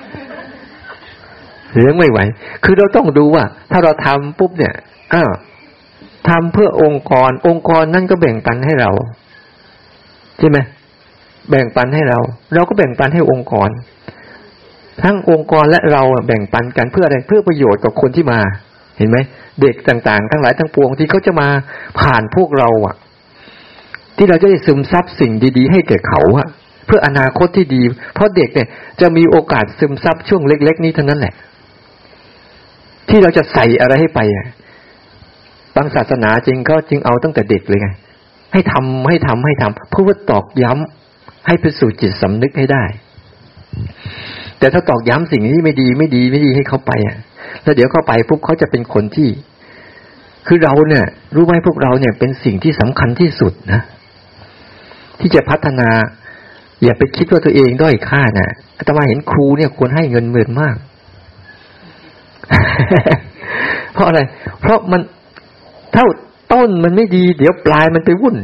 คือเราต้องดูว่าถ้าเราทำปุ๊บเนี่ยทำเพื่อองค์กรนั่นก็แบ่งปันให้เราใช่ไหมแบ่งปันให้เราก็แบ่งปันให้องค์กรทั้งองค์กรและเราแบ่งปันกันเพื่ออะไรเพื่อประโยชน์กับคนที่มาเห็นไหมเด็กต่างๆทั้งหลายทั้งปวงที่เขาจะมาผ่านพวกเราที่เราจะได้ซึมซับสิ่งดีๆให้แก่เขาเพื่ออนาคตที่ดีเพราะเด็กเนี่ยจะมีโอกาสซึมซับช่วงเล็กๆนี้เท่านั้นแหละที่เราจะใส่อะไรให้ไปบางศาสนาจริงก็จึงเอาตั้งแต่เด็กเลยไงให้ทำเพื่อตอกย้ำให้ไปสู่จิตสำนึกให้ได้แต่ถ้าตอกย้ำสิ่งที่ไม่ดีให้เขาไปแล้วเดี๋ยวเข้าไปปุ๊บเขาจะเป็นคนที่คือเราเนี่ยรู้ไหมพวกเราเนี่ยเป็นสิ่งที่สำคัญที่สุดนะที่จะพัฒนาอย่าไปคิดว่าตัวเองด้อยค่านะอาตมาเห็นครูเนี่ยควรให้เงินมาก เพราะอะไรเพราะมันเท่าต้นมันไม่ดีเดี๋ยวปลายมันไปวุ่น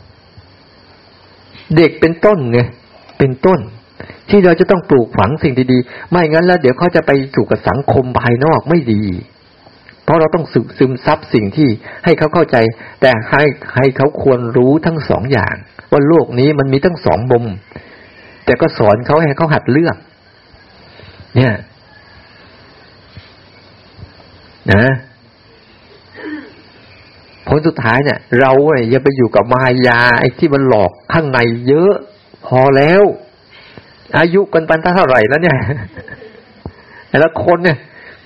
เด็กเป็นต้นไงเป็นต้นที่เราจะต้องปลูกฝังสิ่งดีๆไม่งั้นแล้วเดี๋ยวเขาจะไปสู่กับสังคมภายนอกไม่ดีเพราะเราต้องซึมซับสิ่งที่ให้เขาเข้าใจแต่ให้เขาควรรู้ทั้งสองอย่างว่าโลกนี้มันมีทั้งสองมุมแต่ก็สอนเขาให้เขาหัดเลือกเนี่ยนะผลสุดท้ายเนี่ยเราอย่าไปอยู่กับมายาไอ้ที่มันหลอกข้างในเยอะพอแล้วอายุกันปันเท่าไหร่แล้วเนี่ยแต่ละคนเนี่ย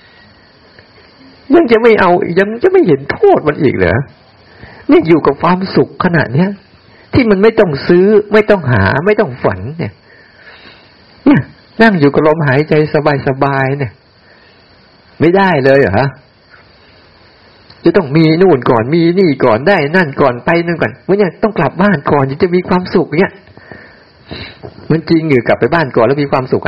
ยังจะไม่เอายังจะไม่เห็นโทษมันอีกเหรอนี่อยู่กับความสุขขนาดเนี้ยที่มันไม่ต้องซื้อไม่ต้องหาไม่ต้องฝันเนี่ยนั่งอยู่กับลมหายใจสบายๆเนี่ยไม่ได้เลยเหรอจะต้องมีนู่นก่อนมีนี่ก่อนได้นั่นก่อนไปนั่นก่อนว่าเนี่ยต้องกลับบ้านก่อนจะมีความสุขเนี่ยมันจริงหรือกลับไปบ้านก่อนแล้วมีความสุข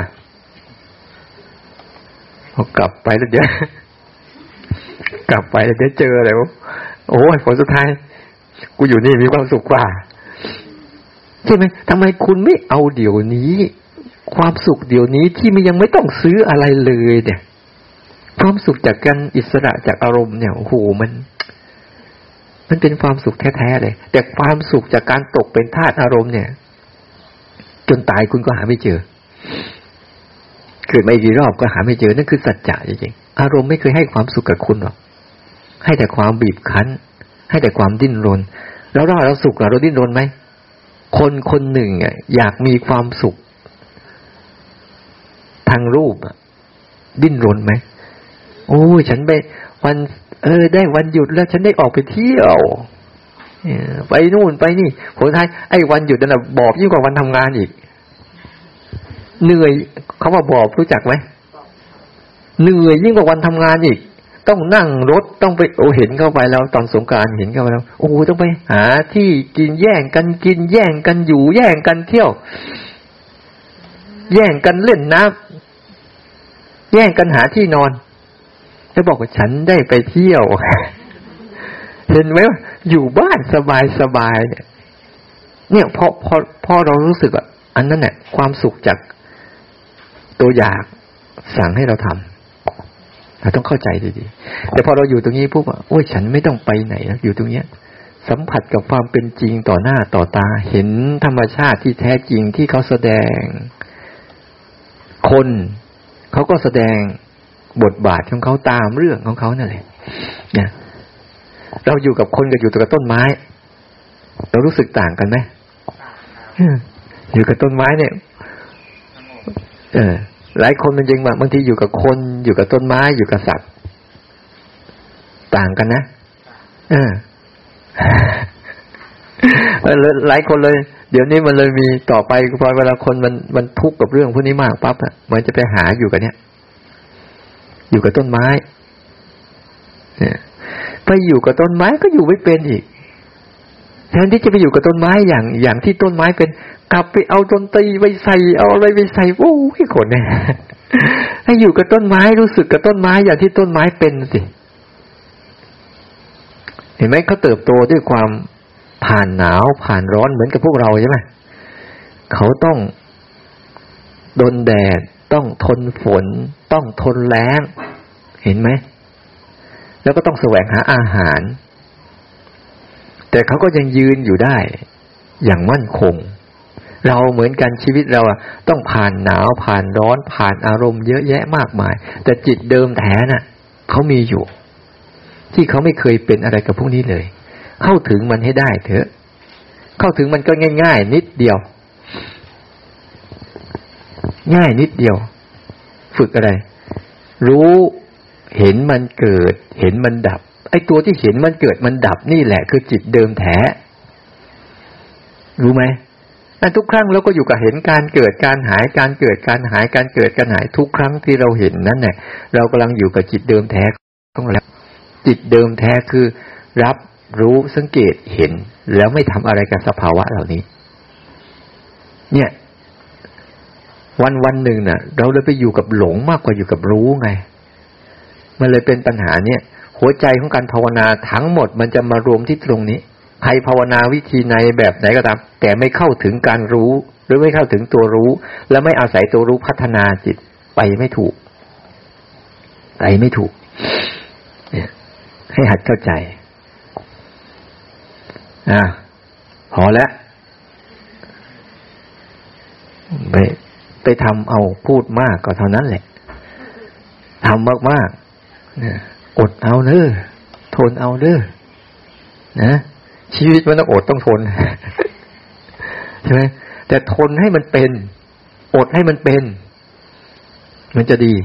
พอกลับไปแล้วเดี๋ยวกลับไปแล้วเดี๋ยวเจออะไรวะโอ้ยผลสุดท้ายกูอยู่นี่มีความสุขกว่าใช่ไหมทำไมคุณไม่เอาเดี๋ยวนี้ความสุขเดี๋ยวนี้ที่มันยังไม่ต้องซื้ออะไรเลยเนี่ยความสุขจากการอิสระจากอารมณ์เนี่ยโอ้โหมันเป็นความสุขแท้ๆเลยแต่ความสุขจากการตกเป็นทาสอารมณ์เนี่ยจนตายคุณก็หาไม่เจอเกิดมาอีกกี่รอบก็หาไม่เจอนั่นคือสัจจะจริงๆอารมณ์ไม่เคยให้ความสุขกับคุณหรอกให้แต่ความบีบคั้นให้แต่ความดิ้นรนแล้วเราสุขเราดิ้นรนไหมคนหนึ่งอยากมีความสุขทางรูปดิ้นรนไหมโอ้ยฉันไปวันได้วันหยุดแล้วฉันได้ออกไปเที่ยวไปนู่นไปนี่ผลท้ายไอ้วันหยุดนั่นแหละบอบยิ่งกว่าวันทำงานอีกเหนื่อยเขาว่าบอบรู้จักไหมเหนื่อยยิ่งกว่าวันทำงานอีกต้องนั่งรถต้องไปเห็นเข้าไปแล้วตอนสงกรานต์เห็นเข้าไปแล้วต้องไปหาที่กินแย่งกันกินแย่งกันอยู่แย่งกันเที่ยวแย่งกันเล่นน้ำแย่งกันหาที่นอนแล้วบอกว่าฉันได้ไปเที่ยวเห็นไหมว่าอยู่บ้านสบายเนี่ยพอเรารู้สึกอันนั้นแหละความสุขจากตัวอยากสั่งให้เราทำเราต้องเข้าใจดีๆแต่พอเราอยู่ตรงนี้ปุ๊บโอ้ยฉันไม่ต้องไปไหนนะอยู่ตรงเนี้ยสัมผัสกับความเป็นจริงต่อหน้าต่อตาเห็นธรรมชาติที่แท้จริงที่เขาแสดงคนเขาก็แสดงบทบาทของเขาตามเรื่องของเขานั่นแหละเนี่ยเราอยู่กับคนกับอยู่กับต้นไม้เรารู้สึกต่างกันไหมอยู่กับต้นไม้เนี่ยหลายคนมันจริงบางทีอยู่กับคนอยู่กับต้นไม้อยู่กับสัตว์ต่างกันนะหลายคนเลยเดี๋ยวนี้มันเลยมีต่อไปพอเวลาคนมันทุกข์กับเรื่องพวกนี้มากปั๊บมันจะไปหาอยู่กับเนี้ยอยู่กับต้นไม้เนี่ยไปอยู่กับต้นไม้ก็อยู่ไม่เป็นอีกแทนที่จะไปอยู่กับต้นไม้อย่างที่ต้นไม้เป็นกลับไปเอาดนตรีไปใส่เอาอะไรไปใส่โอ้ยคนเนี่ยให้อยู่กับต้นไม้รู้สึกกับต้นไม้อย่างที่ต้นไม้เป็นสิเห็นไหมเขาเติบโตด้วยความผ่านหนาวผ่านร้อนเหมือนกับพวกเราใช่ไหมเขาต้องโดนแดดต้องทนฝนต้องทนแล้งเห็นไหมแล้วก็ต้องแสวงหาอาหารแต่เขาก็ยังยืนอยู่ได้อย่างมั่นคงเราเหมือนกันชีวิตเราต้องผ่านหนาวผ่านร้อนผ่านอารมณ์เยอะแยะมากมายแต่จิตเดิมแท้น่ะเขามีอยู่ที่เขาไม่เคยเป็นอะไรกับพวกนี้เลยเข้าถึงมันให้ได้เถอะเข้าถึงมันก็ง่ายๆนิดเดียวง่ายนิดเดียวฝึกอะไรรู้เห็นมันเกิดเห็นมันดับไอ้ตัวที่เห็นมันเกิดมันดับนี่แหละคือจิตเดิมแท้รู้ไหมนั่นทุกครั้งเราก็อยู่กับเห็นการเกิดการหายการเกิดการหายการเกิดการหายทุกครั้งที่เราเห็นนั้นเนี่ยเรากำลังอยู่กับจิตเดิมแท้ของเราจิตเดิมแท้คือรับรู้สังเกตเห็นแล้วไม่ทำอะไรกับสภาวะเหล่านี้เนี่ยวันหนึ่งน่ะเราเลยไปอยู่กับหลงมากกว่าอยู่กับรู้ไงมันเลยเป็นปัญหาเนี่ยหัวใจของการภาวนาทั้งหมดมันจะมารวมที่ตรงนี้ใครภาวนาวิธีไหนแบบไหนก็ตามแต่ไม่เข้าถึงการรู้หรือไม่เข้าถึงตัวรู้แล้วไม่อาศัยตัวรู้พัฒนาจิตไปไม่ถูกเนี่ยให้หัดเข้าใจพอแล้วไปทำเอาพูดมากก็เท่านั้นแหละทำมากๆอดเอาเด้อทนเอาเด้อนะชีวิตมันต้องอดต้องทนใช่ไหมแต่ทนให้มันเป็นอดให้มันเป็นมันจะดี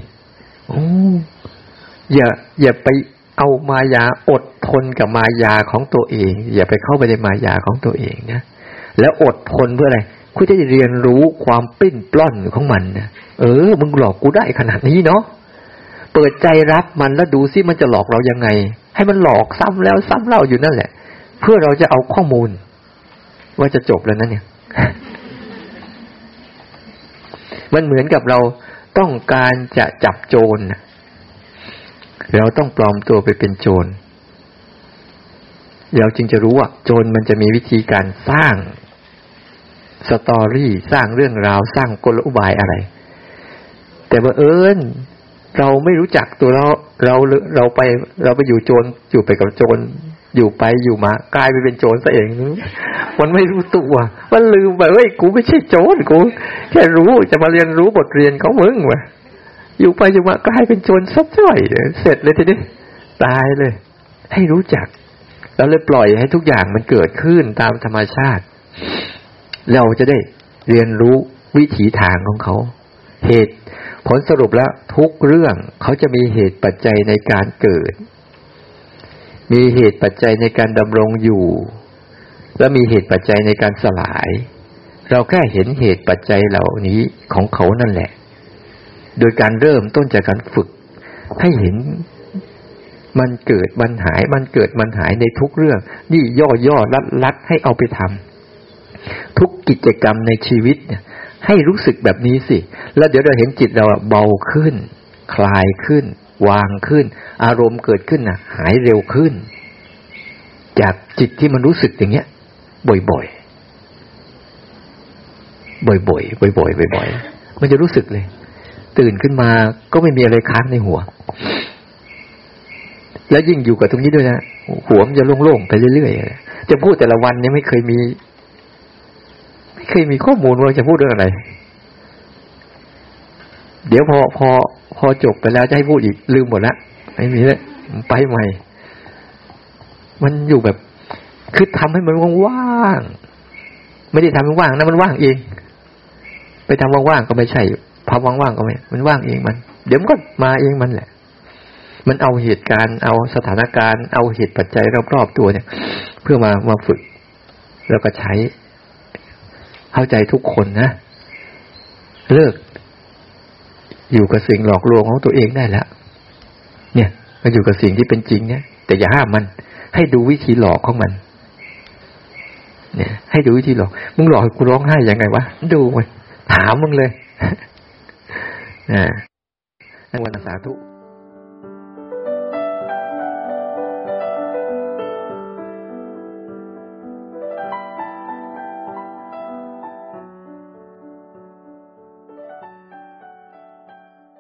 อย่าไปเอามายาอดทนกับมายาของตัวเองอย่าไปเข้าไปในมายาของตัวเองนะแล้วอดทนเพื่ออะไรคุณจะเรียนรู้ความปิ้นปล้อนของมันนะมึงหลอกกูได้ขนาดนี้เนาะเปิดใจรับมันแล้วดูซิมันจะหลอกเรายังไงให้มันหลอกซ้ำแล้วซ้ำเล่าอยู่นั่นแหละเพื่อเราจะเอาข้อมูลว่าจะจบแล้วนั่นเนี่ย มันเหมือนกับเราต้องการจะจับโจรเราต้องปลอมตัวไปเป็นโจรเราจึงจะรู้ว่าโจรมันจะมีวิธีการสร้างสตอรี่สร้างเรื่องราวสร้างกลอุบายอะไรแต่ว่าเราไม่รู้จักตัวเราไปอยู่โจรอยู่ไปกับโจรอยู่ไปอยู่มากลายไปเป็นโจรซะเองมันไม่รู้ตัวมันลืมไปกูไม่ใช่โจรกูแค่รู้จะมาเรียนรู้บทเรียนของมึงว่ะอยู่ไปอยู่มากลายเป็นโจรซะจ่อยเสร็จเลยทีนี้ตายเลยให้รู้จักแล้วเลยปล่อยให้ทุกอย่างมันเกิดขึ้นตามธรรมชาติเราจะได้เรียนรู้วิถีทางของเขาเหตุผลสรุปแล้วทุกเรื่องเขาจะมีเหตุปัจจัยในการเกิดมีเหตุปัจจัยในการดำรงอยู่และมีเหตุปัจจัยในการสลายเราแค่เห็นเหตุปัจจัยเหล่านี้ของเขานั่นแหละโดยการเริ่มต้นจากการฝึกให้เห็นมันเกิดมันหายมันเกิดมันหายในทุกเรื่องนี่ย่อๆลัดๆให้เอาไปทำทุกกิจกรรมในชีวิตเนี่ยให้รู้สึกแบบนี้สิแล้วเดี๋ยวเราเห็นจิตเราเบาขึ้นคลายขึ้นวางขึ้นอารมณ์เกิดขึ้นหายเร็วขึ้นจากจิตที่มันรู้สึกอย่างเงี้ยบ่อยๆมันจะรู้สึกเลยตื่นขึ้นมาก็ไม่มีอะไรค้างในหัวแล้วยิ่งอยู่กับตรงนี้ด้วยนะหัวมันจะโล่งๆไปเรื่อยๆจะพูดแต่ละวันนี้ไม่เคยมีข้อมูลว่าจะพูดเรื่องอะไรเดี๋ยวพอจบไปแล้วจะให้พูดอีกลืมหมดละไม่มีแล้วไปใหม่มันอยู่แบบคือทำให้มันว่างๆไม่ได้ทำให้ว่างนะมันว่างเองไปทำว่างๆก็ไม่ใช่พอว่างๆก็ไม่มันว่างเองมันเดี๋ยวมันก็มาเองมันแหละมันเอาเหตุการณ์เอาสถานการณ์เอาเหตุปัจจัยรอบๆตัวเนี่ยเพื่อมาฝึกแล้วก็ใช้เข้าใจทุกคนนะเลิกอยู่กับสิ่งหลอกลวงของตัวเองได้แล้วเนี่ยมาอยู่กับสิ่งที่เป็นจริงเนี่ยแต่อย่าห้ามมันให้ดูวิธีหลอกของมันเนี่ยให้ดูวิธีหลอกมึงหลอกให้กูร้องไห้ยังไงวะดูมันถามมึงเลยวันสาธุ